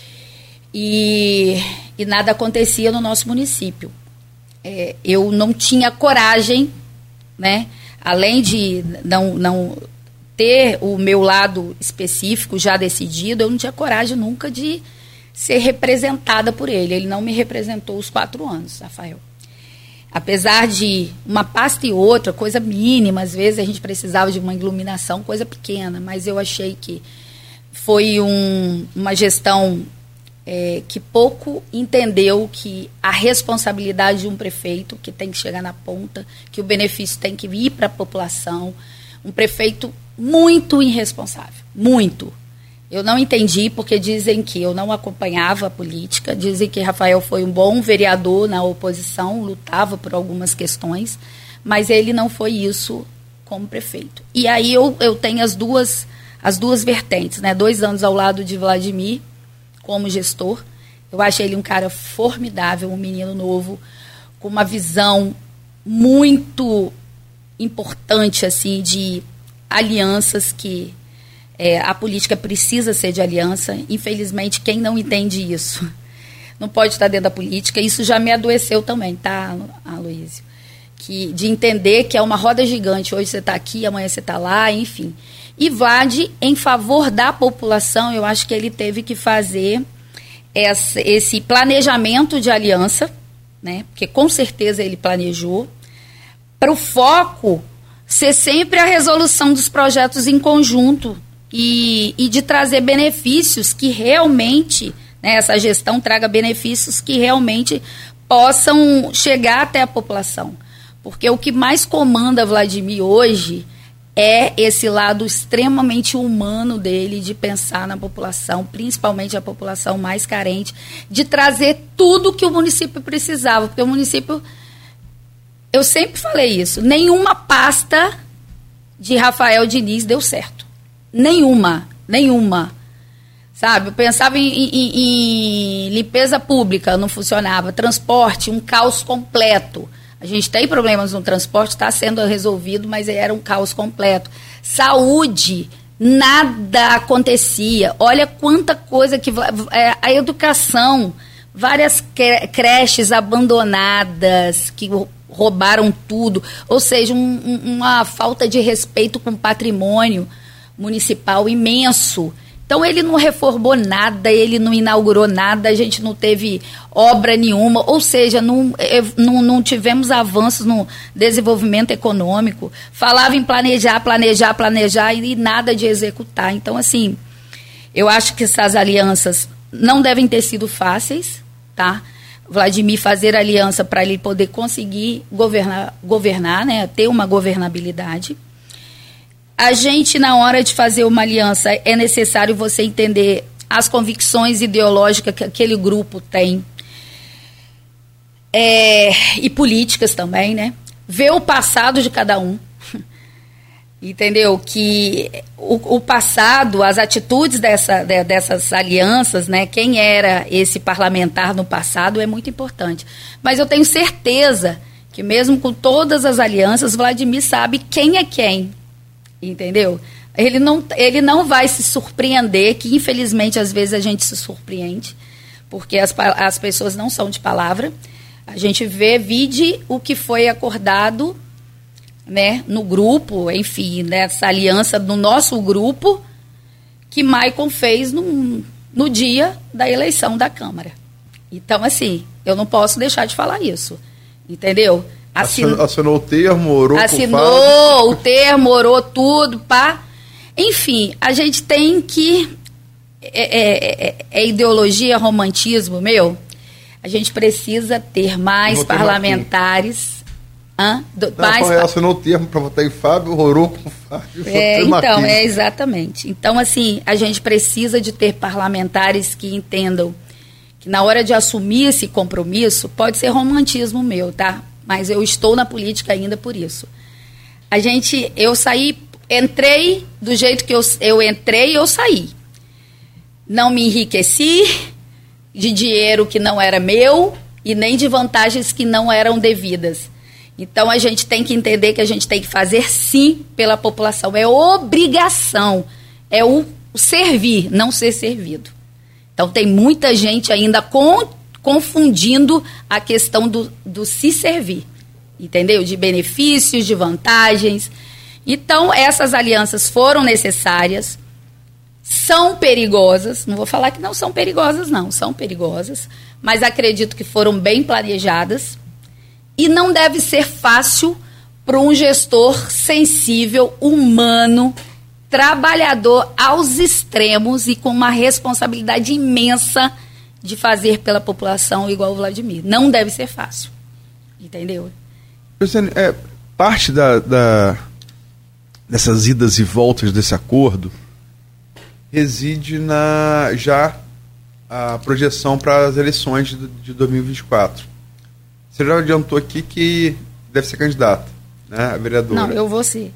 e nada acontecia no nosso município. Eu não tinha coragem, né, além de não ter o meu lado específico já decidido, eu não tinha coragem nunca de ser representada por ele. Ele não me representou os 4 anos, Rafael. Apesar de uma pasta e outra, coisa mínima, às vezes a gente precisava de uma iluminação, coisa pequena, mas eu achei que foi uma gestão que pouco entendeu que a responsabilidade de um prefeito, que tem que chegar na ponta, que o benefício tem que ir para a população, um prefeito muito irresponsável, muito. Eu não entendi, porque dizem que eu não acompanhava a política, dizem que Rafael foi um bom vereador na oposição, lutava por algumas questões, mas ele não foi isso como prefeito. E aí eu tenho as duas vertentes, né? 2 anos ao lado de Vladimir, como gestor. Eu achei ele um cara formidável, um menino novo, com uma visão muito importante, assim, de alianças que... a política precisa ser de aliança. Infelizmente, quem não entende isso não pode estar dentro da política. Isso já me adoeceu também, tá, Aloysio? De entender que é uma roda gigante. Hoje você está aqui, amanhã você está lá, enfim. E Vlad, em favor da população, eu acho que ele teve que fazer esse planejamento de aliança, né? Porque com certeza ele planejou, para o foco ser sempre a resolução dos projetos em conjunto e de trazer benefícios que realmente, né, essa gestão traga benefícios que realmente possam chegar até a população. Porque o que mais comanda Vladimir hoje é esse lado extremamente humano dele, de pensar na população, principalmente a população mais carente, de trazer tudo que o município precisava, porque o município, eu sempre falei isso, nenhuma pasta de Rafael Diniz deu certo, nenhuma, sabe, eu pensava em limpeza pública, não funcionava, transporte, um caos completo. A gente tem problemas no transporte, está sendo resolvido, mas era um caos completo. Saúde, nada acontecia. Olha quanta coisa que... a educação, várias creches abandonadas, que roubaram tudo. Ou seja, uma falta de respeito com o patrimônio municipal imenso. Então, ele não reformou nada, ele não inaugurou nada, a gente não teve obra nenhuma, ou seja, não tivemos avanços no desenvolvimento econômico. Falava em planejar e nada de executar. Então, assim, eu acho que essas alianças não devem ter sido fáceis, tá? Vladimir fazer aliança para ele poder conseguir governar, né? Ter uma governabilidade. A gente, na hora de fazer uma aliança, é necessário você entender as convicções ideológicas que aquele grupo tem. E políticas também, né? Ver o passado de cada um. Entendeu? Que o passado, as atitudes dessas alianças, né? Quem era esse parlamentar no passado é muito importante. Mas eu tenho certeza que mesmo com todas as alianças, Vladimir sabe quem é quem. Entendeu? Ele não vai se surpreender, que infelizmente às vezes a gente se surpreende, porque as pessoas não são de palavra. A gente vide o que foi acordado, né, no grupo, enfim, nessa aliança do nosso grupo, que Maicon fez no dia da eleição da Câmara. Então, assim, eu não posso deixar de falar isso, entendeu? Assinou o termo, orou. Assinou o termo, orou tudo, pá. Enfim, a gente tem que... É ideologia, romantismo, meu. A gente precisa ter mais parlamentares. Assinou o termo para votar em Fábio, orou com Fábio. Então, exatamente. Então, assim, a gente precisa de ter parlamentares que entendam que na hora de assumir esse compromisso, pode ser romantismo meu, tá? Mas eu estou na política ainda por isso. Eu entrei do jeito que eu entrei, eu saí. Não me enriqueci de dinheiro que não era meu e nem de vantagens que não eram devidas. Então, a gente tem que entender que a gente tem que fazer sim pela população. É obrigação, é o servir, não ser servido. Então, tem muita gente ainda confundindo a questão do se servir, entendeu? De benefícios, de vantagens. Então, essas alianças foram necessárias, são perigosas, não vou falar que não são perigosas, não, são perigosas, mas acredito que foram bem planejadas e não deve ser fácil para um gestor sensível, humano, trabalhador aos extremos e com uma responsabilidade imensa de fazer pela população igual o Vladimir. Não deve ser fácil. Entendeu? Parte dessas idas e voltas desse acordo reside a projeção para as eleições de 2024. Você já adiantou aqui que deve ser candidata, né, a vereadora. Não, eu vou ser.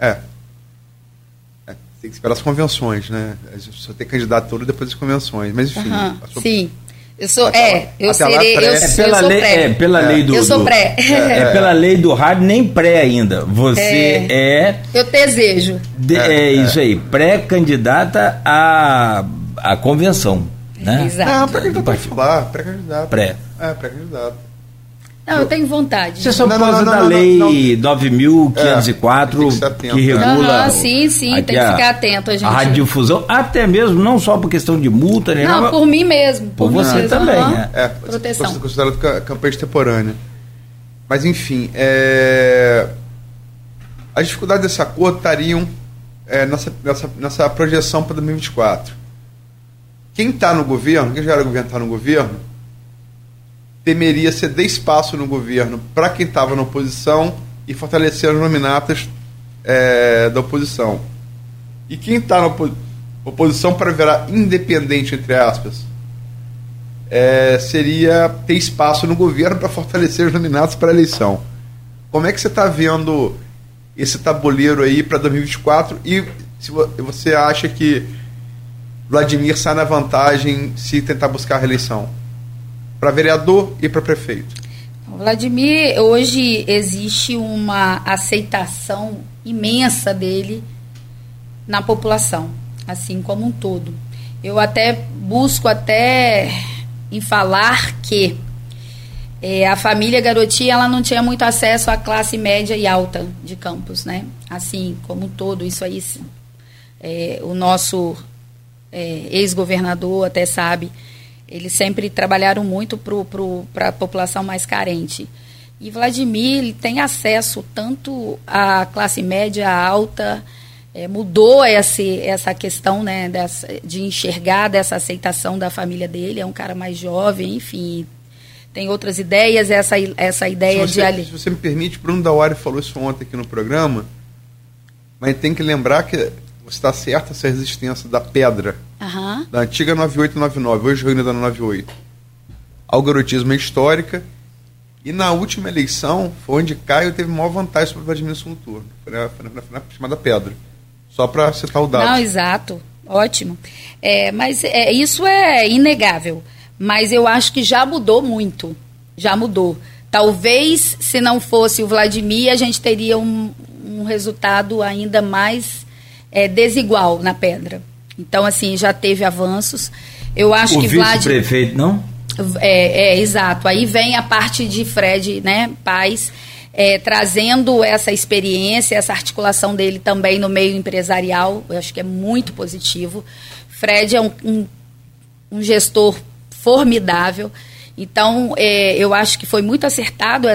Tem que esperar as convenções, né? Só ter candidato todo depois das convenções. Mas, enfim. Sim. Eu sou, eu sou pela lei do... Eu sou pré. É pela lei do rádio, nem pré ainda. Você Eu desejo. Isso aí, pré-candidata à convenção, né? Exato. Não, pré-candidata pode falar, pré-candidata. Pré-candidata. Não, eu tenho vontade. Você só por causa da lei 9.504, que regula... Sim, tem que ficar atento. A radiodifusão, até mesmo, não só por questão de multa, né? Não, por mim mesmo. Por você também, né? Proteção. Considerado campanha extemporânea. Mas, enfim, as dificuldades desse acordo estariam nessa projeção para 2024. Quem está no governo, quem já era governo está no governo, temeria ceder espaço no governo para quem estava na oposição e fortalecer as nominatas da oposição. E quem está na oposição para virar independente, entre aspas, seria ter espaço no governo para fortalecer os nominatos para a eleição. Como é que você está vendo esse tabuleiro aí para 2024 e se você acha que Vladimir sai na vantagem se tentar buscar a reeleição para vereador e para prefeito? Vladimir, hoje existe uma aceitação imensa dele na população, assim como um todo. Eu busco em falar que a família Garotti, ela não tinha muito acesso à classe média e alta de Campos, né? Assim como um todo, isso aí o nosso ex-governador até sabe, eles sempre trabalharam muito para a população mais carente. E Vladimir, ele tem acesso tanto à classe média, alta, mudou essa questão, né, de enxergar dessa aceitação da família dele, é um cara mais jovem, enfim, tem outras ideias, essa ideia se você me permite, Bruno Dauari falou isso ontem aqui no programa, mas tem que lembrar que você está certo, essa resistência da pedra, da antiga 9899, hoje reunida na 98, ao garotismo é histórica, e na última eleição foi onde Caio teve maior vantagem sobre o Vladimir no segundo turno, foi na chamada pedra, só para citar o dado. Não, exato, ótimo. Mas isso é inegável, mas eu acho que já mudou muito, já mudou. Talvez, se não fosse o Vladimir, a gente teria um resultado ainda mais desigual na pedra. Então, assim, já teve avanços. Eu acho que o vice-prefeito, não? Exato. Aí vem a parte de Fred, né, Paes, trazendo essa experiência, essa articulação dele também no meio empresarial. Eu acho que é muito positivo. Fred é um gestor formidável. Então, eu acho que foi muito acertado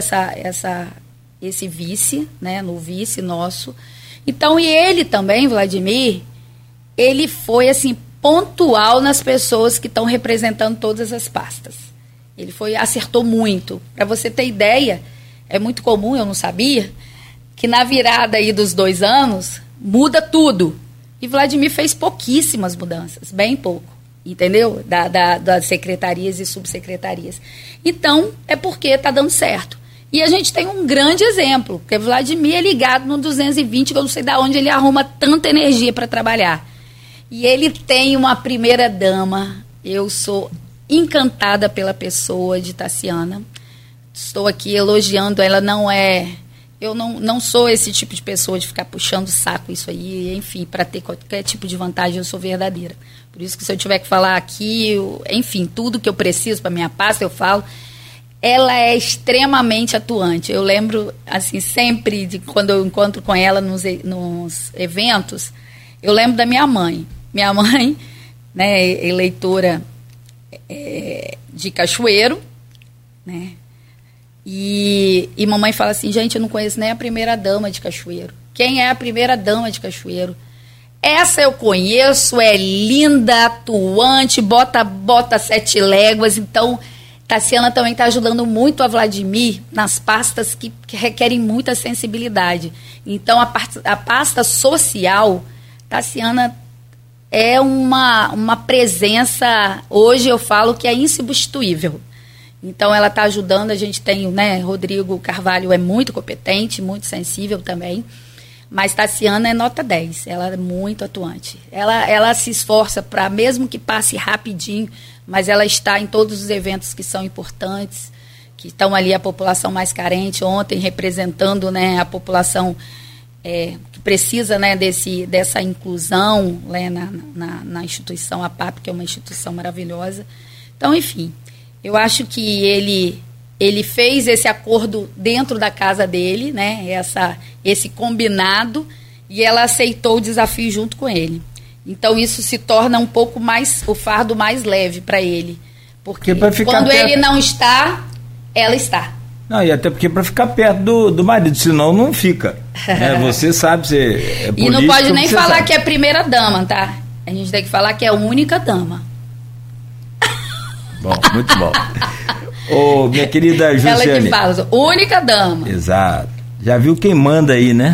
esse vice, né, no vice nosso. Então, e ele também, Vladimir, ele foi, assim, pontual nas pessoas que estão representando todas as pastas. Ele acertou muito. Para você ter ideia, é muito comum, eu não sabia, que na virada aí dos 2 anos, muda tudo. E Vladimir fez pouquíssimas mudanças, bem pouco, entendeu? Das secretarias e subsecretarias. Então, é porque está dando certo. E a gente tem um grande exemplo, porque Vladimir é ligado no 220, que eu não sei de onde ele arruma tanta energia para trabalhar. E ele tem uma primeira-dama. Eu sou encantada pela pessoa de Taciana. Estou aqui elogiando, ela não é... Eu não sou esse tipo de pessoa de ficar puxando o saco isso aí, enfim, para ter qualquer tipo de vantagem, eu sou verdadeira. Por isso que se eu tiver que falar aqui, enfim, tudo que eu preciso para minha pasta, eu falo. Ela é extremamente atuante. Eu lembro, assim, sempre de quando eu encontro com ela nos eventos, eu lembro da minha mãe. Minha mãe, né, eleitora de Cachoeiro, né? E mamãe fala assim, gente, eu não conheço nem a primeira-dama de Cachoeiro. Quem é a primeira-dama de Cachoeiro? Essa eu conheço, é linda, atuante, bota 7 léguas, então... Taciana também está ajudando muito a Vladimir nas pastas que requerem muita sensibilidade. Então, a pasta social, Taciana é uma presença, hoje eu falo que é insubstituível. Então, ela está ajudando, a gente tem, né, Rodrigo Carvalho é muito competente, muito sensível também, mas Taciana é nota 10, ela é muito atuante. Ela se esforça para, mesmo que passe rapidinho, mas ela está em todos os eventos que são importantes, que estão ali a população mais carente, ontem representando, né, a população que precisa, né, dessa inclusão, né, na instituição APAP, que é uma instituição maravilhosa. Então, enfim, eu acho que ele fez esse acordo dentro da casa dele, né, esse combinado, e ela aceitou o desafio junto com ele. Então, isso se torna um pouco mais, o fardo mais leve para ele. Porque quando ele não está, ela está. Não, e até porque para ficar perto do marido, senão não fica. Né? Você sabe, você é político, e não pode nem falar sabe. Que é primeira dama, tá? A gente tem que falar que é a única dama. Bom, muito bom. Ô, minha querida Josiane. Ela que fala, única dama. Exato. Já viu quem manda aí, né?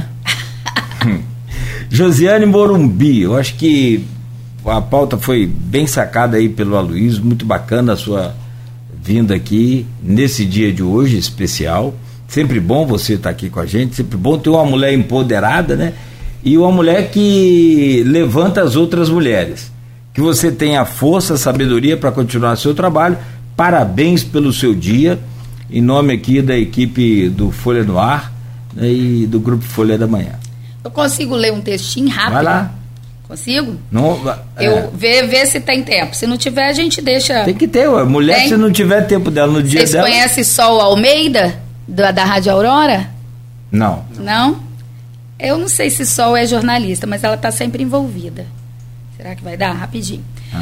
Josiane Morumbi, eu acho que a pauta foi bem sacada aí pelo Aloysio, muito bacana a sua vinda aqui nesse dia de hoje especial. Sempre bom você estar aqui com a gente, sempre bom ter uma mulher empoderada, né? E uma mulher que levanta as outras mulheres. Que você tenha força, sabedoria para continuar seu trabalho. Parabéns pelo seu dia, em nome aqui da equipe do Folha no Ar, né, e do Grupo Folha da Manhã. Eu consigo ler um textinho rápido? Vai lá. Consigo? Não, eu ver se tem tempo. Se não tiver, a gente deixa. Tem que ter, ué. Mulher, tem? Se não tiver tempo dela no dia dela. Vocês conhecem Sol Almeida, da Rádio Aurora? Não. Não? Eu não sei se Sol é jornalista, mas ela está sempre envolvida. Será que vai dar? Rapidinho.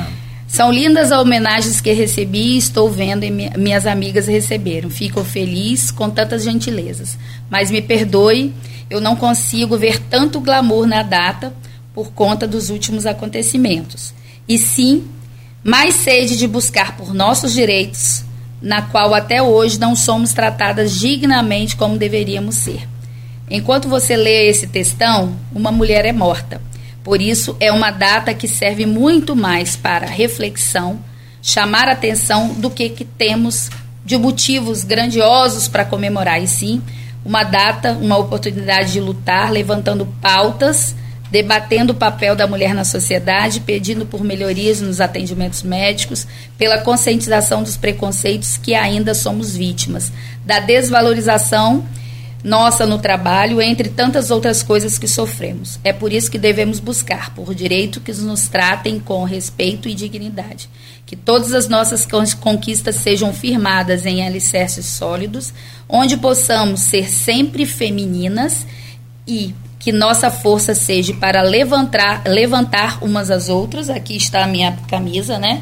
São lindas as homenagens que recebi e estou vendo e minhas amigas receberam. Fico feliz com tantas gentilezas. Mas me perdoe, eu não consigo ver tanto glamour na data por conta dos últimos acontecimentos. E sim, mais sede de buscar por nossos direitos, na qual até hoje não somos tratadas dignamente como deveríamos ser. Enquanto você lê esse textão, uma mulher é morta. Por isso, é uma data que serve muito mais para reflexão, chamar atenção do que temos de motivos grandiosos para comemorar. E sim, uma data, uma oportunidade de lutar, levantando pautas, debatendo o papel da mulher na sociedade, pedindo por melhorias nos atendimentos médicos, pela conscientização dos preconceitos que ainda somos vítimas, da desvalorização nossa no trabalho, entre tantas outras coisas que sofremos. É por isso que devemos buscar por direito que nos tratem com respeito e dignidade. Que todas as nossas conquistas sejam firmadas em alicerces sólidos, onde possamos ser sempre femininas e que nossa força seja para levantar umas às outras. Aqui está a minha camisa, né?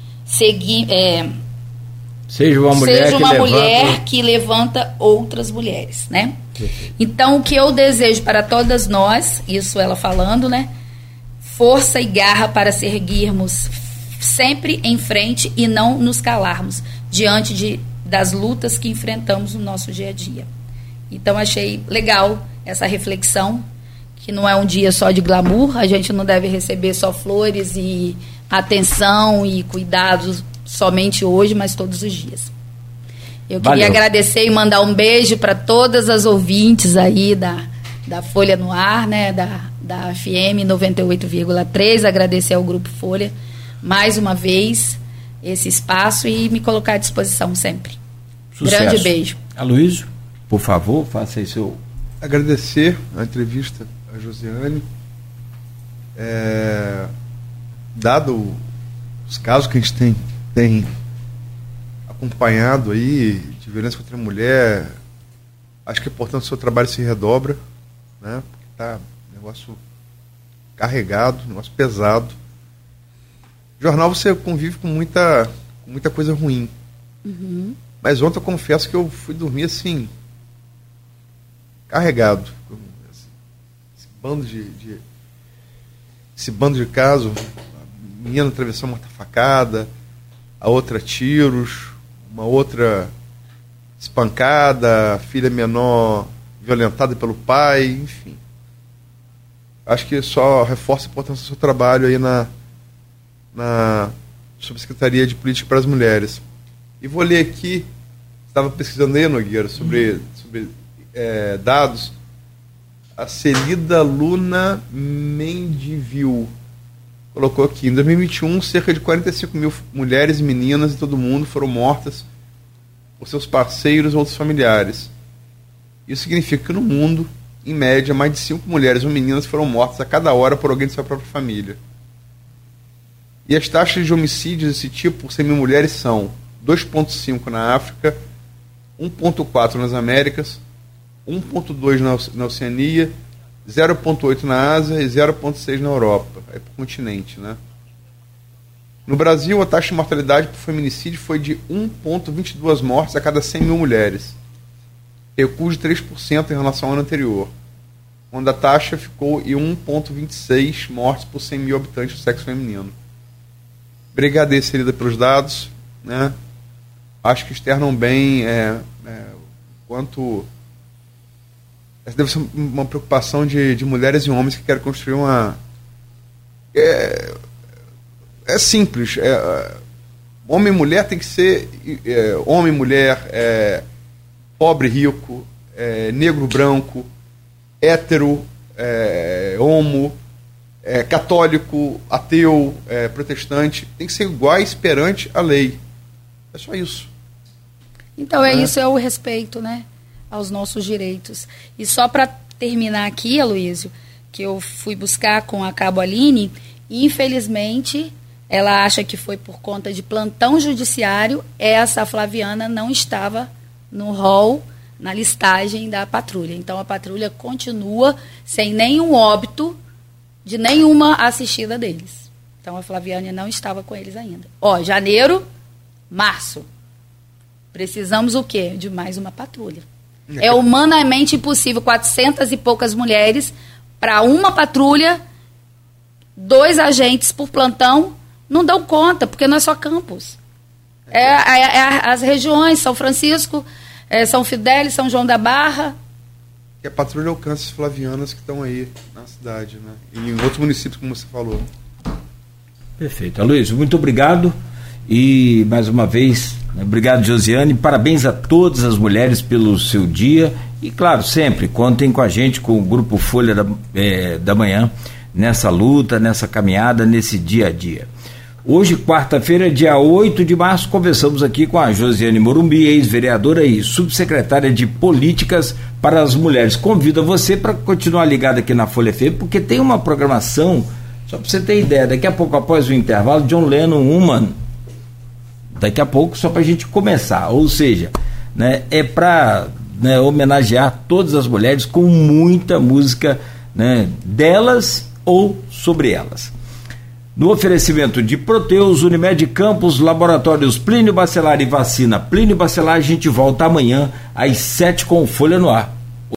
Seja uma mulher, que levanta outras mulheres, né? Então, o que eu desejo para todas nós, isso ela falando, né? Força e garra para seguirmos sempre em frente e não nos calarmos diante das lutas que enfrentamos no nosso dia a dia. Então, achei legal essa reflexão, que não é um dia só de glamour, a gente não deve receber só flores e atenção e cuidados somente hoje, mas todos os dias. Eu queria agradecer e mandar um beijo para todas as ouvintes aí da Folha no Ar, né, da FM 98,3, agradecer ao Grupo Folha mais uma vez esse espaço e me colocar à disposição sempre. Sucesso. Grande beijo. Aloysio, por favor, faça aí seu... Agradecer a entrevista a Josiane. Dado os casos que a gente tem acompanhado aí de violência contra a mulher, acho que é importante o seu trabalho se redobra, né? Porque está um negócio carregado, um negócio pesado. Jornal você convive com muita coisa ruim. Uhum. Mas ontem eu confesso que eu fui dormir assim, carregado. Esse bando de casos, a menina atravessou uma facada, a outra tiros, uma outra espancada, a filha menor violentada pelo pai, enfim. Acho que só reforça a importância do seu trabalho aí na Subsecretaria de Política para as Mulheres. E vou ler aqui, estava pesquisando aí, Nogueira, sobre dados. A Celida Luna Mendivil colocou aqui, em 2021, cerca de 45 mil mulheres e meninas em todo o mundo foram mortas por seus parceiros ou outros familiares. Isso significa que no mundo, em média, mais de 5 mulheres ou meninas foram mortas a cada hora por alguém de sua própria família. E as taxas de homicídios desse tipo por 100 mil mulheres são 2,5 na África, 1,4 nas Américas, 1,2 na Oceania, 0,8 na Ásia e 0,6 na Europa. É por continente, né? No Brasil, a taxa de mortalidade por feminicídio foi de 1,22 mortes a cada 100 mil mulheres. recuo de 3% em relação ao ano anterior, quando a taxa ficou em 1,26 mortes por 100 mil habitantes do sexo feminino. Brigadeiro serida pelos dados, né? Acho que externam bem quanto... Essa deve ser uma preocupação de mulheres e homens que querem construir uma... É simples. Homem e mulher tem que ser homem e mulher, pobre, rico, negro, branco, hétero, homo, católico, ateu, protestante. Tem que ser iguais perante a lei. É só isso. Então, isso é o respeito, né, aos nossos direitos. E só para terminar aqui, Aloysio, que eu fui buscar com a Cabo Aline, e infelizmente ela acha que foi por conta de plantão judiciário, essa Flaviana não estava no rol, na listagem da patrulha. Então a patrulha continua sem nenhum óbito de nenhuma assistida deles. Então a Flaviana não estava com eles ainda. Janeiro, março. Precisamos o quê? De mais uma patrulha. É humanamente impossível, 400 e poucas mulheres para uma patrulha, 2 agentes por plantão, não dão conta, porque não é só Campos. As regiões, São Francisco, São Fidélis, São João da Barra. Que a patrulha alcança as flavianas que estão aí na cidade, né? E em outros municípios, como você falou. Perfeito. Aloysio, muito obrigado. E, mais uma vez, obrigado, Josiane. Parabéns a todas as mulheres pelo seu dia. E, claro, sempre contem com a gente, com o Grupo Folha da Manhã, nessa luta, nessa caminhada, nesse dia a dia. Hoje, quarta-feira, dia 8 de março, conversamos aqui com a Josiane Morumbi, ex-vereadora e subsecretária de Políticas para as Mulheres. Convido você para continuar ligado aqui na Folha FM, porque tem uma programação, só para você ter ideia, daqui a pouco, após o intervalo, John Lennon, Woman, daqui a pouco, só para a gente começar, ou seja, né, é para homenagear todas as mulheres com muita música, né, delas ou sobre elas. No oferecimento de Proteus, Unimed Campos, Laboratórios Plínio Bacelar e Vacina Plínio Bacelar, a gente volta amanhã às 7 com Folha no Ar.